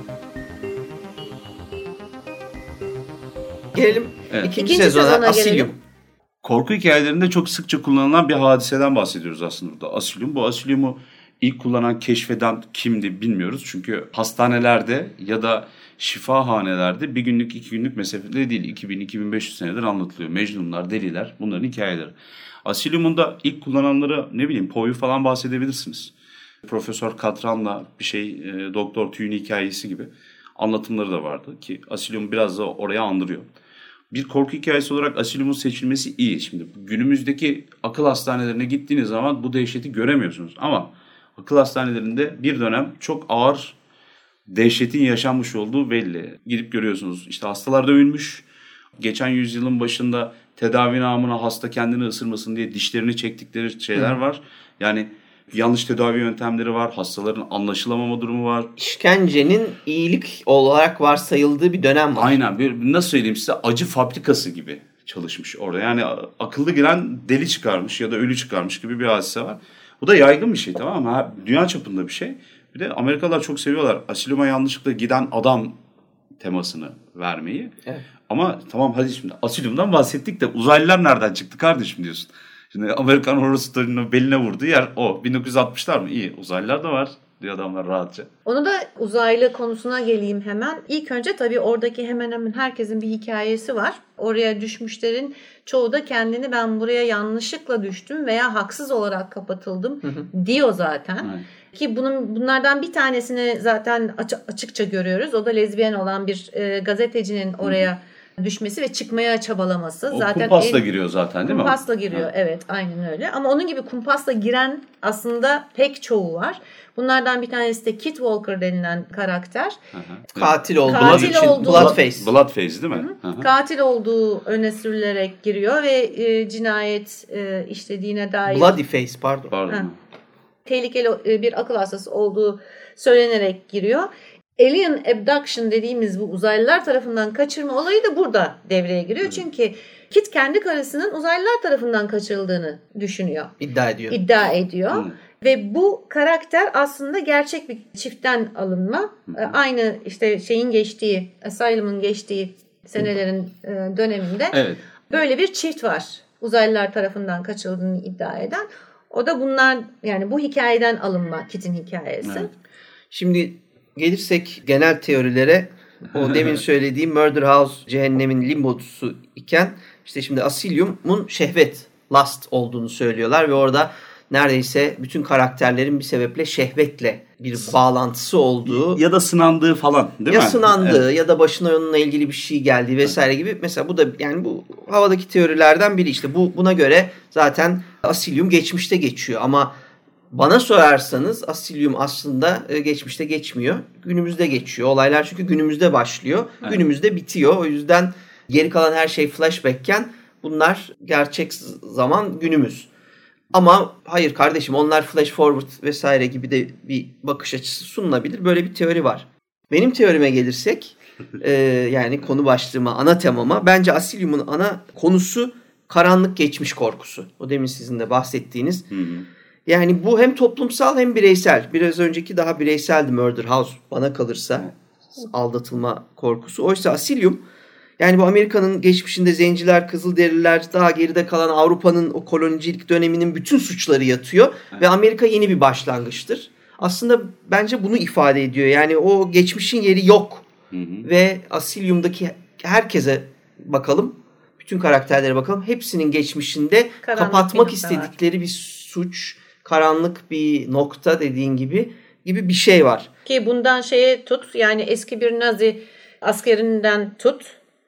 Gelelim evet. ikinci, ikinci sezona, sezona Asylum. Korku hikayelerinde çok sıkça kullanılan bir hadiseden bahsediyoruz aslında burada. Asylum. Bu Asylum'u ilk kullanan, keşfeden kimdi bilmiyoruz. Çünkü hastanelerde ya da şifahanelerde bir günlük, iki günlük mesafede değil. iki bin iki bin beş yüz senedir anlatılıyor. Mecnunlar, deliler bunların hikayeleri. Asylum'un da ilk kullananları ne bileyim Poe'yu falan bahsedebilirsiniz. Profesör Katran'la bir şey e, Doktor Tüy'ün hikayesi gibi anlatımları da vardı ki Asylum biraz da oraya andırıyor. Bir korku hikayesi olarak Asylum'un seçilmesi iyi. Şimdi günümüzdeki akıl hastanelerine gittiğiniz zaman bu dehşeti göremiyorsunuz. Ama akıl hastanelerinde bir dönem çok ağır dehşetin yaşanmış olduğu belli. Gidip görüyorsunuz işte hastalar dövülmüş. Geçen yüzyılın başında tedavi namına hasta kendini ısırmasın diye dişlerini çektikleri şeyler var. Yani yanlış tedavi yöntemleri var. Hastaların anlaşılamama durumu var. İşkencenin iyilik olarak varsayıldığı bir dönem var. Aynen. Bir, nasıl söyleyeyim size acı fabrikası gibi çalışmış orada. Yani akıllı giren deli çıkarmış ya da ölü çıkarmış gibi bir hadise var. Bu da yaygın bir şey tamam mı? Dünya çapında bir şey. Bir de Amerikalılar çok seviyorlar. Asylum'a yanlışlıkla giden adam temasını vermeyi. Evet. Ama tamam hadi şimdi Asylum'dan bahsettik de uzaylılar nereden çıktı kardeşim diyorsun. Şimdi American Horror Story'nin beline vurduğu yer o. bin dokuz yüz altmışlar mı? İyi. Uzaylılar da var diyor adamlar rahatça. Onu da uzaylı konusuna geleyim hemen. İlk önce tabii oradaki hemen hemen herkesin bir hikayesi var. Oraya düşmüşlerin çoğu da kendini ben buraya yanlışlıkla düştüm veya haksız olarak kapatıldım hı hı. diyor zaten. Evet. Ki bunun bunlardan bir tanesini zaten açıkça görüyoruz. O da lezbiyen olan bir e, gazetecinin oraya hı hı. düşmesi ve çıkmaya çabalaması. O zaten kumpasla en, giriyor zaten değil mi? Kumpasla giriyor ha. evet aynen öyle. Ama onun gibi kumpasla giren aslında pek çoğu var. Bunlardan bir tanesi de Kit Walker denilen karakter. Hı hı. Katil olduğu Katil için olduğu, Bloodface. Bloodface değil mi? Hı hı. Hı hı. Katil olduğu öne sürülerek giriyor ve e, cinayet e, işlediğine dair. Bloodyface pardon. Pardon. Tehlikeli bir akıl hastası olduğu söylenerek giriyor. Alien abduction dediğimiz bu uzaylılar tarafından kaçırma olayı da burada devreye giriyor. Hı. Çünkü Kit kendi karısının uzaylılar tarafından kaçırıldığını düşünüyor. İddia ediyor. İddia ediyor. Hı. Ve bu karakter aslında gerçek bir çiftten alınma. Hı hı. Aynı işte şeyin geçtiği, Asylum'un geçtiği senelerin hı. döneminde evet. böyle bir çift var. Uzaylılar tarafından kaçırıldığını iddia eden. O da bunlar yani bu hikayeden alınma Kit'in hikayesi. Evet. Şimdi gelirsek genel teorilere o demin söylediğim Murder House cehennemin limbosu iken işte şimdi Asylum'un şehvet, lust olduğunu söylüyorlar ve orada neredeyse bütün karakterlerin bir sebeple şehvetle bir bağlantısı olduğu ya da sınandığı falan değil ya mi? Ya sınandığı evet. ya da başına onunla ilgili bir şey geldiği vesaire gibi. Mesela bu da yani bu havadaki teorilerden biri işte. Bu buna göre zaten Asylum geçmişte geçiyor ama bana sorarsanız Asylum aslında geçmişte geçmiyor. Günümüzde geçiyor. Olaylar çünkü günümüzde başlıyor. Evet. Günümüzde bitiyor. O yüzden geri kalan her şey flashback'ken bunlar gerçek zaman günümüz. Ama hayır kardeşim onlar flash forward vesaire gibi de bir bakış açısı sunulabilir. Böyle bir teori var. Benim teorime gelirsek e, yani konu başlığıma, ana temama bence Asylum'un ana konusu karanlık geçmiş korkusu. O demin sizin de bahsettiğiniz. Hı hı. Yani bu hem toplumsal hem bireysel. Biraz önceki daha bireyseldi Murder House bana kalırsa. Aldatılma korkusu. Oysa Asylum yani bu Amerika'nın geçmişinde zenciler, kızılderililer, daha geride kalan Avrupa'nın o kolonicilik döneminin bütün suçları yatıyor. Evet. Ve Amerika yeni bir başlangıçtır. Aslında bence bunu ifade ediyor. Yani o geçmişin yeri yok. Hı hı. Ve Asylum'daki herkese bakalım. Bütün karakterlere bakalım. Hepsinin geçmişinde karanlık kapatmak istedikleri var. Bir suç, karanlık bir nokta dediğin gibi gibi bir şey var. Ki bundan şeye tut yani eski bir Nazi askerinden tut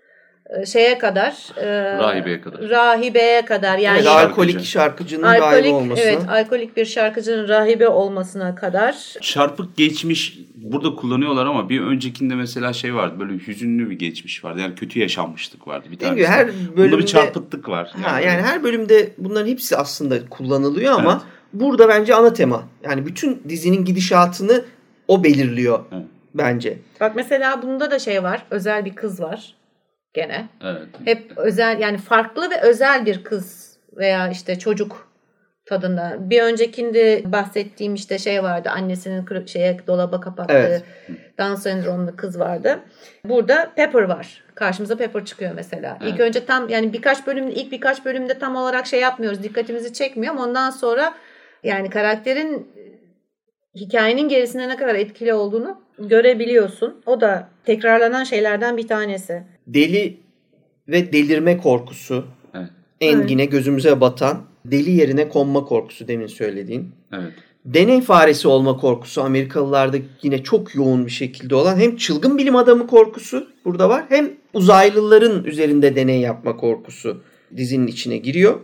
şeye kadar e, rahibeye kadar. Rahibeye kadar yani evet, alkolik şarkıcının alkolik, rahibe olması. Evet, alkolik bir şarkıcının rahibe olmasına kadar. Çarpık geçmiş burada kullanıyorlar ama bir öncekinde mesela şey vardı. Böyle hüzünlü bir geçmiş vardı. Yani kötü yaşanmışlık vardı bir tane. Her bölümde bunda bir çarpıklık var. Yani, ha, yani her bölümde bunların hepsi aslında kullanılıyor ama evet. Burada bence ana tema. Yani bütün dizinin gidişatını o belirliyor evet. Bence. Bak mesela bunda da şey var. Özel bir kız var. Gene. Evet. Hep özel yani farklı ve özel bir kız veya işte çocuk tadında. Bir öncekinde bahsettiğim işte şey vardı. Annesinin kırık şeye dolaba kapattığı evet. Down sendromlu kız vardı. Burada Pepper var. Karşımıza Pepper çıkıyor mesela. Evet. İlk önce tam yani birkaç bölümde ilk birkaç bölümde tam olarak şey yapmıyoruz. Dikkatimizi çekmiyor ama ondan sonra yani karakterin hikayenin gerisinde ne kadar etkili olduğunu görebiliyorsun. O da tekrarlanan şeylerden bir tanesi. Deli ve delirme korkusu. Evet. Engine evet. Gözümüze batan deli yerine konma korkusu demin söylediğin. Evet. Deney faresi olma korkusu Amerikalılarda yine çok yoğun bir şekilde olan hem çılgın bilim adamı korkusu burada var hem uzaylıların üzerinde deney yapma korkusu dizinin içine giriyor.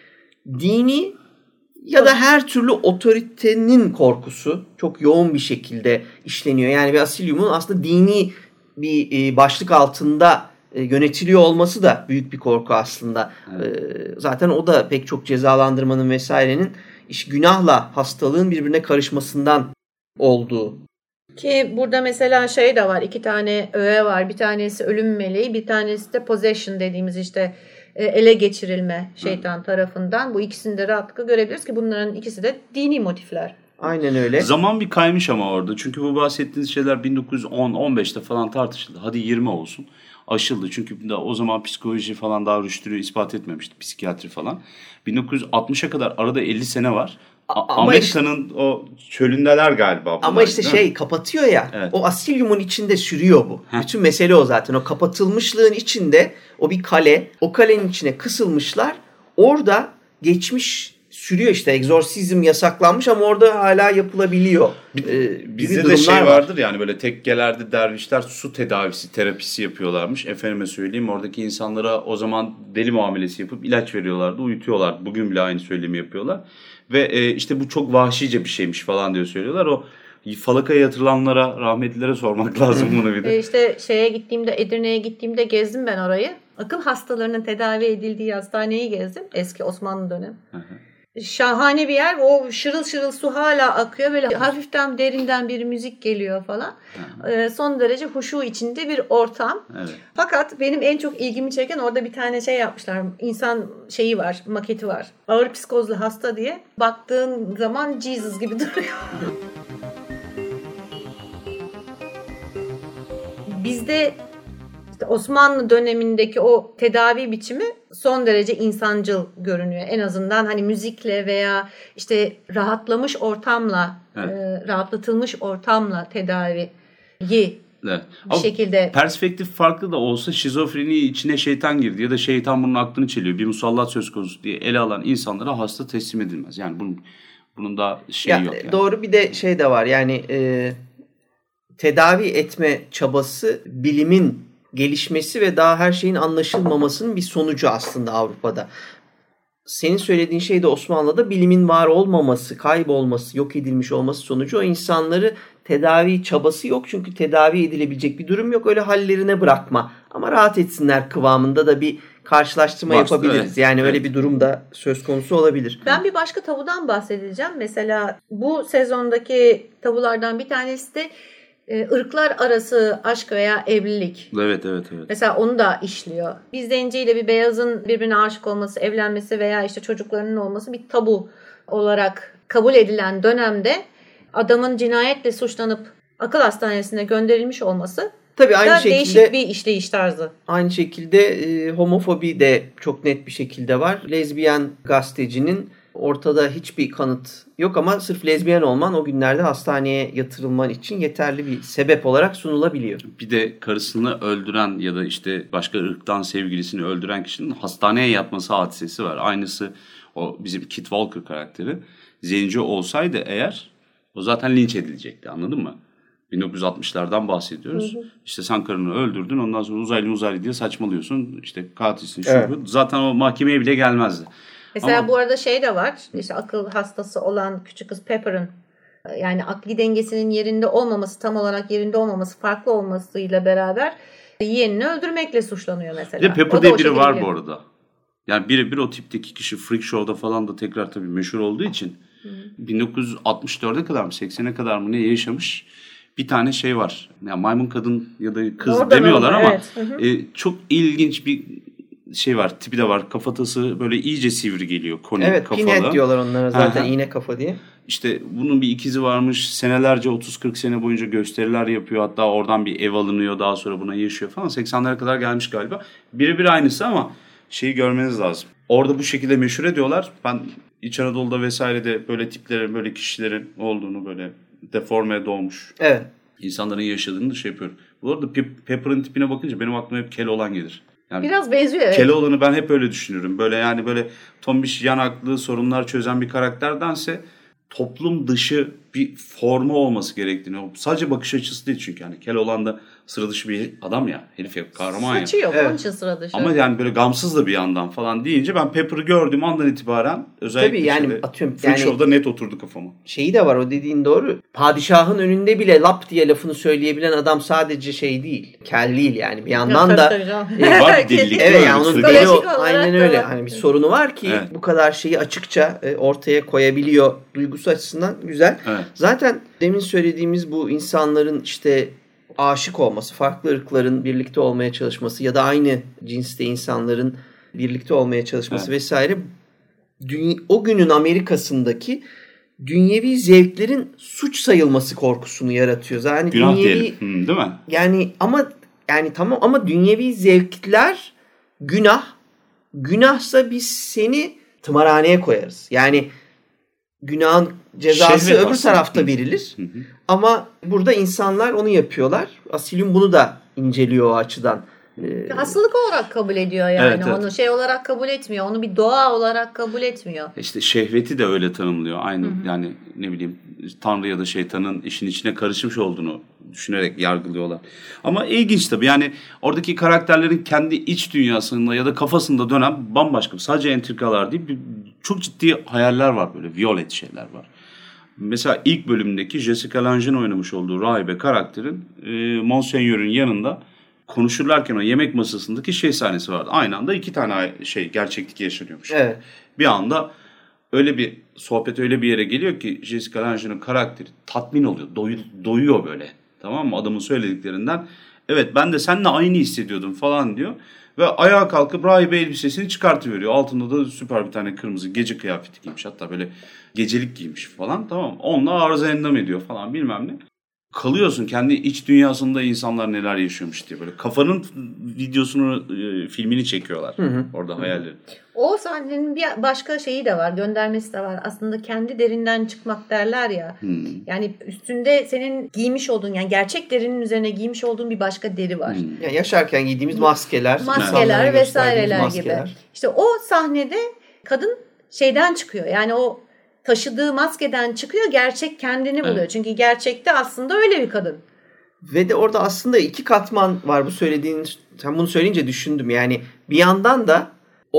Dini ya da her türlü otoritenin korkusu çok yoğun bir şekilde işleniyor. Yani bir Asylum'un aslında dini bir başlık altında yönetiliyor olması da büyük bir korku aslında. Evet. Zaten o da pek çok cezalandırmanın vesairenin iş günahla hastalığın birbirine karışmasından olduğu. Ki burada mesela şey de var. İki tane öğe var. Bir tanesi ölüm meleği, bir tanesi de possession dediğimiz işte ele geçirilme şeytan Hı. tarafından. Bu ikisini de rahatlıkla görebiliriz ki bunların ikisi de dini motifler. Aynen öyle. Zaman bir kaymış ama orada. Çünkü bu bahsettiğiniz şeyler bin dokuz yüz on on beşte falan tartışıldı. Hadi yirmi olsun. Aşıldı. Çünkü de o zaman psikoloji falan daha rüştünü ispat etmemişti. Psikiyatri falan. bin dokuz yüz altmışa kadar arada elli sene var. A- Amerika'nın işte, o çölündeler galiba. Bunlar, ama işte şey mi? Kapatıyor ya. Evet. O Asylum'un içinde sürüyor bu. Heh. Bütün mesele o zaten. O kapatılmışlığın içinde o bir kale. O kalenin içine kısılmışlar. Orada geçmiş sürüyor işte. Egzorsizm yasaklanmış ama orada hala yapılabiliyor. Ee, Bizde de şey vardır yani böyle tekkelerde dervişler su tedavisi, terapisi yapıyorlarmış. Efendime söyleyeyim oradaki insanlara o zaman deli muamelesi yapıp ilaç veriyorlardı, uyutuyorlar. Bugün bile aynı söylemi yapıyorlar. Ve e, işte bu çok vahşice bir şeymiş falan diye söylüyorlar. O falakaya yatırılanlara, rahmetlilere sormak lazım bunu bir de. E işte şeye gittiğimde, Edirne'ye gittiğimde gezdim ben orayı. Akıl hastalarının tedavi edildiği hastaneyi gezdim. Eski Osmanlı dönemi. Hı hı. Şahane bir yer. O şırıl şırıl su hala akıyor. Böyle hafiften derinden bir müzik geliyor falan. Ee, son derece huşu içinde bir ortam. Evet. Fakat benim en çok ilgimi çeken orada bir tane şey yapmışlar. İnsan şeyi var, maketi var. Ağır psikozlu hasta diye. Baktığın zaman Jesus gibi duruyor. Bizde İşte Osmanlı dönemindeki o tedavi biçimi son derece insancıl görünüyor. En azından hani müzikle veya işte rahatlamış ortamla, evet. e, rahatlatılmış ortamla tedaviyi evet. bir Ama şekilde. Perspektif farklı da olsa şizofreni içine şeytan girdi ya da şeytan bunun aklını çeliyor. Bir musallat söz konusu diye ele alan insanlara hasta teslim edilmez. Yani bunun bunun da şeyi ya, yok. Yani. Doğru bir de şey de var yani e, tedavi etme çabası bilimin gelişmesi ve daha her şeyin anlaşılmamasının bir sonucu aslında Avrupa'da. senin söylediğin şey de Osmanlı'da bilimin var olmaması, kaybolması, yok edilmiş olması sonucu o insanları tedavi çabası yok. Çünkü tedavi edilebilecek bir durum yok. Öyle hallerine bırakma. Ama rahat etsinler kıvamında da bir karşılaştırma Varsa, yapabiliriz. evet. Yani evet. öyle bir durum da söz konusu olabilir. Ben bir başka tabudan bahsedeceğim. Mesela bu sezondaki tabulardan bir tanesi de e, ırklar arası aşk veya evlilik. Evet, evet, evet. Mesela onu da işliyor. Bir zenciyle bir beyazın birbirine aşık olması, evlenmesi veya işte çocuklarının olması bir tabu olarak kabul edilen dönemde adamın cinayetle suçlanıp akıl hastanesine gönderilmiş olması Tabii aynı da şekilde değişik bir işleyiş tarzı. Aynı şekilde e, homofobi de çok net bir şekilde var. Lezbiyen gazetecinin ortada hiçbir kanıt yok ama sırf lezbiyen olman o günlerde hastaneye yatırılman için yeterli bir sebep olarak sunulabiliyor. Bir de karısını öldüren ya da işte başka ırktan sevgilisini öldüren kişinin hastaneye yatması hadisesi var. Aynısı o bizim Kit Walker karakteri. Zenci olsaydı eğer o zaten linç edilecekti, anladın mı? bin dokuz yüz altmışlardan bahsediyoruz. Hı hı. İşte sen karını öldürdün, ondan sonra uzaylı uzaylı diye saçmalıyorsun. İşte katilsin şu evet. bu. Zaten o mahkemeye bile gelmezdi. Mesela Ama... bu arada şey de var. İşte akıl hastası olan küçük kız Pepper'ın yani akli dengesinin yerinde olmaması, tam olarak yerinde olmaması, farklı olmasıyla beraber yeğenini öldürmekle suçlanıyor mesela. Bir de Pepper diye biri var bu arada. Yani birebir o tipteki kişi Freak Show'da falan da tekrar tabii meşhur olduğu için hı. bin dokuz yüz altmış dörde kadar mı seksene kadar mı ne yaşamış bir tane şey var. Yani maymun kadın ya da kız oradan demiyorlar ama evet. e, çok ilginç bir şey var. Tipi de var. Kafatası böyle iyice sivri geliyor. Koni evet, kafalı. Pinhead diyorlar onlara zaten, iğne kafa diye. İşte bunun bir ikizi varmış. Senelerce otuz kırk sene boyunca gösteriler yapıyor. Hatta oradan bir ev alınıyor. Daha sonra buna yaşıyor falan. seksenlere kadar gelmiş galiba. Birebir aynısı ama şeyi görmeniz lazım. Orada bu şekilde meşhur ediyorlar. Ben İç Anadolu'da vesairede böyle tiplerin, böyle kişilerin olduğunu, böyle deforme doğmuş. Evet. İnsanların yaşadığını da şey yapıyorum. Bu arada Pepper'ın tipine bakınca benim aklıma hep Keloğlan gelir. Yani biraz benziyor evet. Keloğlan'ı ben hep öyle düşünüyorum. Böyle yani böyle tombiş, yanaklı, sorunlar çözen bir karakterdense toplum dışı bir formu olması gerektiğini. Sadece bakış açısı değil çünkü. Yani Keloğlan da sıra dışı bir adam ya. Herif ya, kahraman ya. Saçı yok, evet. Onun için sıra dışı. Ama yani böyle gamsız da bir yandan falan deyince ben Pepper'ı gördüğüm andan itibaren özellikle tabii yani atıyorum. Freak yani, Show'da net oturdu kafama. Şeyi de var, o dediğin doğru. Padişahın önünde bile lap diye lafını söyleyebilen adam sadece şey değil. Kel değil yani. Bir yandan ya, da tabii, tabii e, var bir delilik. Evet yani onun deli o, aynen öyle. Da. Hani bir sorunu var ki evet. bu kadar şeyi açıkça e, ortaya koyabiliyor. Duygusu açısından güzel. Evet. Zaten demin söylediğimiz bu insanların işte aşık olması, farklı ırkların birlikte olmaya çalışması ya da aynı cinste insanların birlikte olmaya çalışması evet. vesaire dünya, o günün Amerika'sındaki dünyevi zevklerin suç sayılması korkusunu yaratıyor. Yani günah dünyevi, diyelim, Hı, değil mi? Yani ama yani tamam ama dünyevi zevkler günah. Günahsa biz seni tımarhaneye koyarız. Yani günahın cezası Şehvet öbür aslında. tarafta verilir. Hı hı. Ama burada insanlar onu yapıyorlar. Asilium bunu da inceliyor o açıdan. Ee, Hastalık olarak kabul ediyor yani. Evet, evet. Onu şey olarak kabul etmiyor. Onu bir doğa olarak kabul etmiyor. İşte şehveti de öyle tanımlıyor. Aynı Hı-hı. yani ne bileyim Tanrı ya da şeytanın işin içine karışmış olduğunu düşünerek yargılıyorlar. Ama ilginç tabii yani oradaki karakterlerin kendi iç dünyasında ya da kafasında dönen bambaşka. Sadece entrikalar değil, çok ciddi hayaller var, böyle violet şeyler var. Mesela ilk bölümdeki Jessica Lange'ın oynamış olduğu rahibe karakterin e, Monseigneur'ün yanında konuşurlarken o yemek masasındaki şey sahnesi vardı. Aynı anda iki tane şey gerçeklik yaşanıyormuş. Evet. Bir anda öyle bir sohbet öyle bir yere geliyor ki Jessica Lange'ın karakteri tatmin oluyor. Doyu, doyuyor böyle. Tamam mı? Adamın söylediklerinden. Evet ben de seninle aynı hissediyordum falan diyor. Ve ayağa kalkıp rahibe elbisesini çıkartıveriyor. Altında da süper bir tane kırmızı gece kıyafeti giymiş. Hatta böyle gecelik giymiş falan. Tamam. Onunla arıza endam ediyor falan bilmem ne. Kalıyorsun kendi iç dünyasında insanlar neler yaşıyormuş diye. Böyle kafanın videosunu, e, filmini çekiyorlar. Hı hı. Orada hayalleri. O sahnenin bir başka şeyi de var. Göndermesi de var. Aslında kendi derinden çıkmak derler ya. Hı. Yani üstünde senin giymiş olduğun, yani gerçek derinin üzerine giymiş olduğun bir başka deri var. Hı. Yani yaşarken giydiğimiz maskeler. Maskeler vesaireler maskeler. gibi. İşte o sahnede kadın şeyden çıkıyor. Yani o taşıdığı maskeden çıkıyor, gerçek kendini buluyor. Evet. Çünkü gerçekte aslında öyle bir kadın. Ve de orada aslında iki katman var bu söylediğin. Sen bunu söyleyince düşündüm. Yani bir yandan da o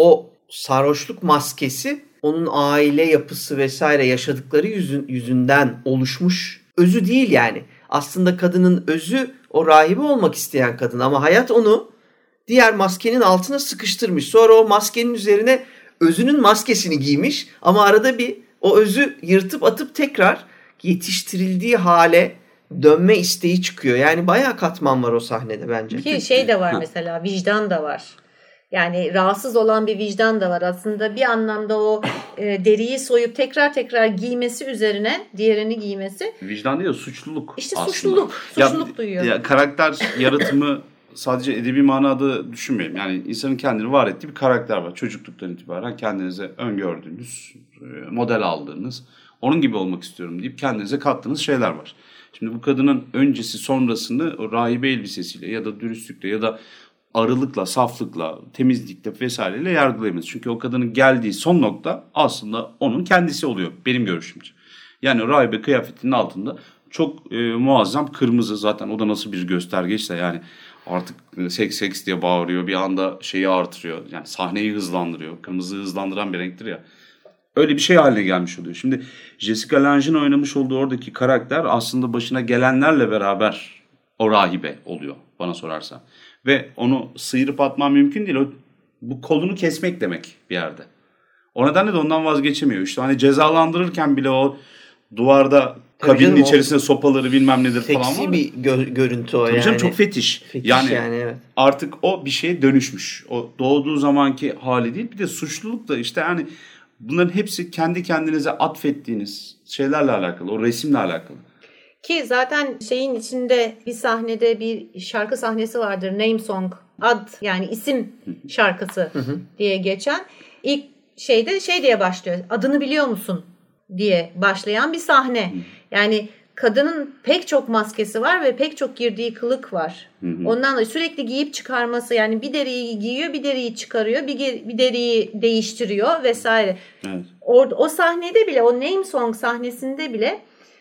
sarhoşluk maskesi onun aile yapısı vesaire yaşadıkları yüzün, yüzünden oluşmuş özü değil yani. Aslında kadının özü o rahibe olmak isteyen kadın ama hayat onu diğer maskenin altına sıkıştırmış. Sonra o maskenin üzerine özünün maskesini giymiş ama arada bir o özü yırtıp atıp tekrar yetiştirildiği hale dönme isteği çıkıyor. Yani bayağı katman var o sahnede bence. Ki şey de var mesela, vicdan da var. Yani rahatsız olan bir vicdan da var. Aslında bir anlamda o e, deriyi soyup tekrar tekrar giymesi üzerine diğerini giymesi. Vicdan değil, suçluluk. İşte aslında. suçluluk. Suçluluk ya, duyuyor. Ya, karakter yaratımı sadece edebi manada düşünmeyelim. Yani insanın kendini var ettiği bir karakter var. Çocukluktan itibaren kendinize öngördüğünüz, model aldığınız, onun gibi olmak istiyorum deyip kendinize kattığınız şeyler var. Şimdi bu kadının öncesi sonrasını o rahibe elbisesiyle ya da dürüstlükle ya da arılıkla, saflıkla, temizlikle vesaireyle yargılayamayız. Çünkü o kadının geldiği son nokta aslında onun kendisi oluyor benim görüşümce. Yani o rahibe kıyafetinin altında çok e, muazzam kırmızı, zaten o da nasıl bir göstergeçse yani artık seks seks diye bağırıyor, bir anda şeyi artırıyor. Yani sahneyi hızlandırıyor. Kırmızı hızlandıran bir renktir ya. Öyle bir şey haline gelmiş oluyor. Şimdi Jessica Lange'in oynamış olduğu oradaki karakter aslında başına gelenlerle beraber o rahibe oluyor bana sorarsan. Ve onu sıyırıp atman mümkün değil. O, bu kolunu kesmek demek bir yerde. O nedenle de ondan vazgeçemiyor. İşte hani cezalandırırken bile o duvarda tabii kabinin canım, içerisinde sopaları bilmem nedir falan var. Seksi bir gö- görüntü o tabii yani. Canım, çok fetiş. Fetiş yani, yani evet. Artık o bir şeye dönüşmüş. O doğduğu zamanki hali değil. Bir de suçluluk da işte yani bunların hepsi kendi kendinize atfettiğiniz şeylerle alakalı. O resimle alakalı. Ki zaten şeyin içinde bir sahnede bir şarkı sahnesi vardır. Name Song. Ad yani isim şarkısı diye geçen. İlk şeyde şey diye başlıyor. Adını biliyor musun diye başlayan bir sahne. Yani kadının pek çok maskesi var ve pek çok girdiği kılık var. Ondan da sürekli giyip çıkarması, yani bir deriyi giyiyor, bir deriyi çıkarıyor, bir, bir deriyi değiştiriyor vesaire. Evet. O, o sahnede bile, o Name Song sahnesinde bile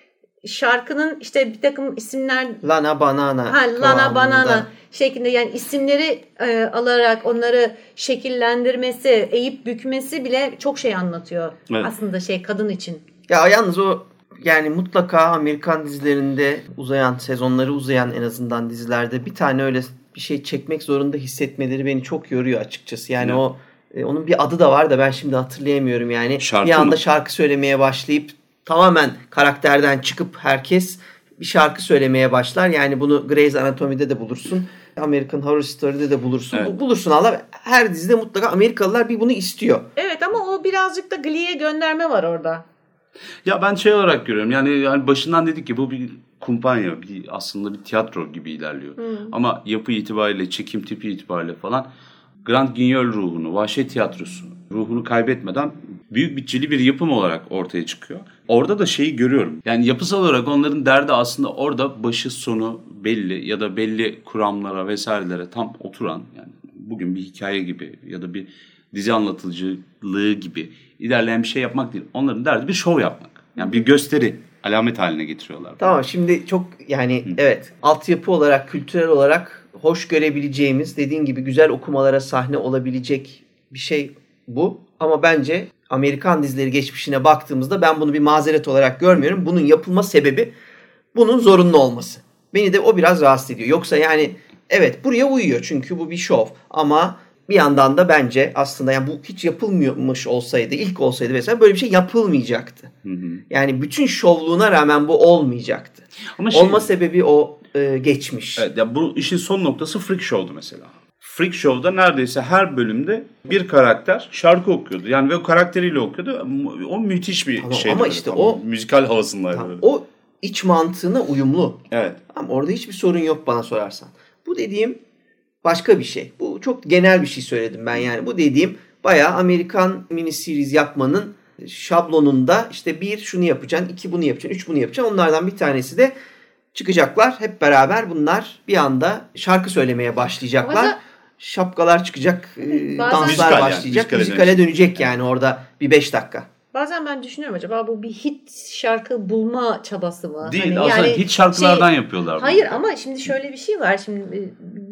şarkının işte bir takım isimler Lana Banana ha, Lana Banana şeklinde, yani isimleri e, alarak onları şekillendirmesi, eğip bükmesi bile çok şey anlatıyor. Evet. Aslında şey kadın için. Ya yalnız o yani mutlaka Amerikan dizilerinde uzayan, sezonları uzayan en azından dizilerde bir tane öyle bir şey çekmek zorunda hissetmeleri beni çok yoruyor açıkçası. Yani evet. o e, onun bir adı da var da ben şimdi hatırlayamıyorum yani. Şarkı bir anda mı? Şarkı söylemeye başlayıp tamamen karakterden çıkıp herkes bir şarkı söylemeye başlar. Yani bunu Grey's Anatomy'de de bulursun. American Horror Story'de de bulursun. Evet. Bulursun Allah. Her dizide mutlaka Amerikalılar bir bunu istiyor. Evet ama o birazcık da Glee'ye gönderme var orada. Ya ben şey olarak görüyorum. Yani, yani başından dedik ki bu bir kumpanya. Bir, aslında bir tiyatro gibi ilerliyor. Hmm. Ama yapı itibariyle, çekim tipi itibariyle falan Grand Guignol ruhunu, vahşet tiyatrosu ruhunu kaybetmeden büyük bütçeli bir yapım olarak ortaya çıkıyor. Orada da şeyi görüyorum. Yani yapısal olarak onların derdi aslında orada başı sonu belli ya da belli kuramlara vesairelere tam oturan, yani bugün bir hikaye gibi ya da bir dizi anlatıcılığı gibi ilerleyen bir şey yapmak değil. Onların derdi bir şov yapmak. Yani bir gösteri alamet haline getiriyorlar. Tamam, şimdi çok yani Hı. evet altyapı olarak, kültürel olarak hoş görebileceğimiz, dediğin gibi güzel okumalara sahne olabilecek bir şey bu. Ama bence Amerikan dizileri geçmişine baktığımızda ben bunu bir mazeret olarak görmüyorum. Bunun yapılma sebebi bunun zorunlu olması. Beni de o biraz rahatsız ediyor. Yoksa yani evet buraya uyuyor çünkü bu bir şov. Ama bir yandan da bence aslında yani bu hiç yapılmıyormuş olsaydı, ilk olsaydı mesela böyle bir şey yapılmayacaktı. Hı hı. Yani bütün şovluğuna rağmen bu olmayacaktı. Ama şey, olma sebebi o e, geçmiş. Evet, ya bu işin son noktası Freak Show'du mesela. Freak Show'da neredeyse her bölümde bir karakter şarkı okuyordu. Yani ve o karakteriyle okuyordu. O müthiş bir tamam, şeydi. Ama işte o müzikal havasındaydı. Tamam, o iç mantığına uyumlu. Evet. Ama orada hiçbir sorun yok bana sorarsan. Bu dediğim başka bir şey. Bu çok genel bir şey söyledim ben yani. Bu dediğim bayağı Amerikan mini series yapmanın şablonunda işte bir şunu yapacaksın, iki bunu yapacaksın, üç bunu yapacaksın. Onlardan bir tanesi de çıkacaklar. Hep beraber bunlar bir anda şarkı söylemeye başlayacaklar. Bazen, Şapkalar çıkacak, bazen, danslar müzikal başlayacak, yani, müzikale dönecek yani orada bir beş dakika. Bazen ben düşünüyorum acaba bu bir hit şarkı bulma çabası mı? Değil, hani aslında yani hit şarkılardan şey, yapıyorlar. Hayır bunu. Ama şimdi şöyle bir şey var. Şimdi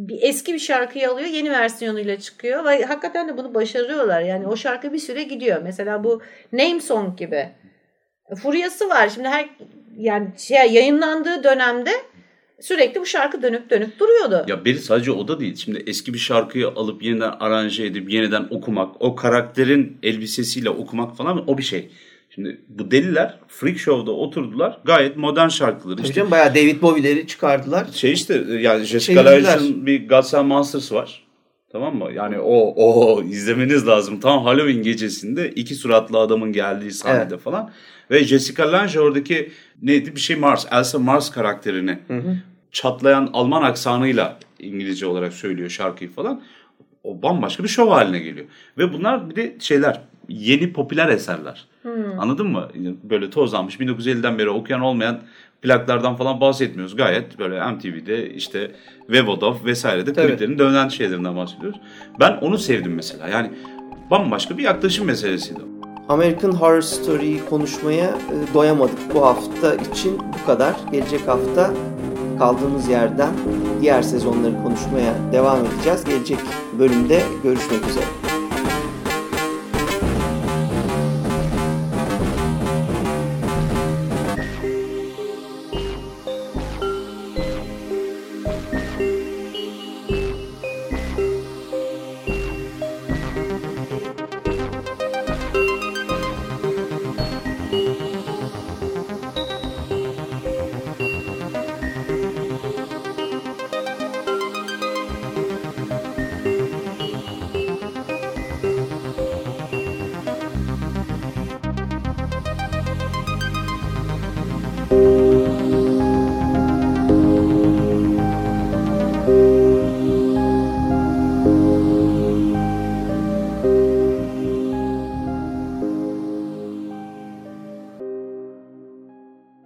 bir eski bir şarkıyı alıyor, yeni versiyonuyla çıkıyor ve hakikaten de bunu başarıyorlar. Yani o şarkı bir süre gidiyor. Mesela bu Name Song gibi. Furyası var. Şimdi her yani şey, yayınlandığı dönemde sürekli bu şarkı dönüp dönüp duruyordu. Ya biri sadece o da değil. Şimdi eski bir şarkıyı alıp yeniden aranje edip yeniden okumak, o karakterin elbisesiyle okumak falan o bir şey. Şimdi bu deliler Freak Show'da oturdular. Gayet modern şarkıları. İşte bayağı David Bowie'leri çıkardılar. Şey işte yani Jessica Lange'ın bir Gods and Monsters var. Tamam mı? Yani o o izlemeniz lazım. Tam Halloween gecesinde iki suratlı adamın geldiği sahnede evet. falan. Ve Jessica Lange oradaki neydi bir şey Mars, Elsa Mars karakterini hı hı. çatlayan Alman aksanıyla İngilizce olarak söylüyor şarkıyı falan. O bambaşka bir şov haline geliyor. Ve bunlar bir de şeyler yeni popüler eserler. Hmm. Anladın mı? Böyle tozlanmış bin dokuz yüz elliden beri okuyan olmayan plaklardan falan bahsetmiyoruz. Gayet böyle M T V'de işte Vevodov vesairede kliplerin dönen şeylerinden bahsediyoruz. Ben onu sevdim mesela. Yani bambaşka bir yaklaşım meselesiydi. American Horror Story'yi konuşmaya doyamadık bu hafta için bu kadar. Gelecek hafta kaldığımız yerden diğer sezonları konuşmaya devam edeceğiz. Gelecek bölümde görüşmek üzere.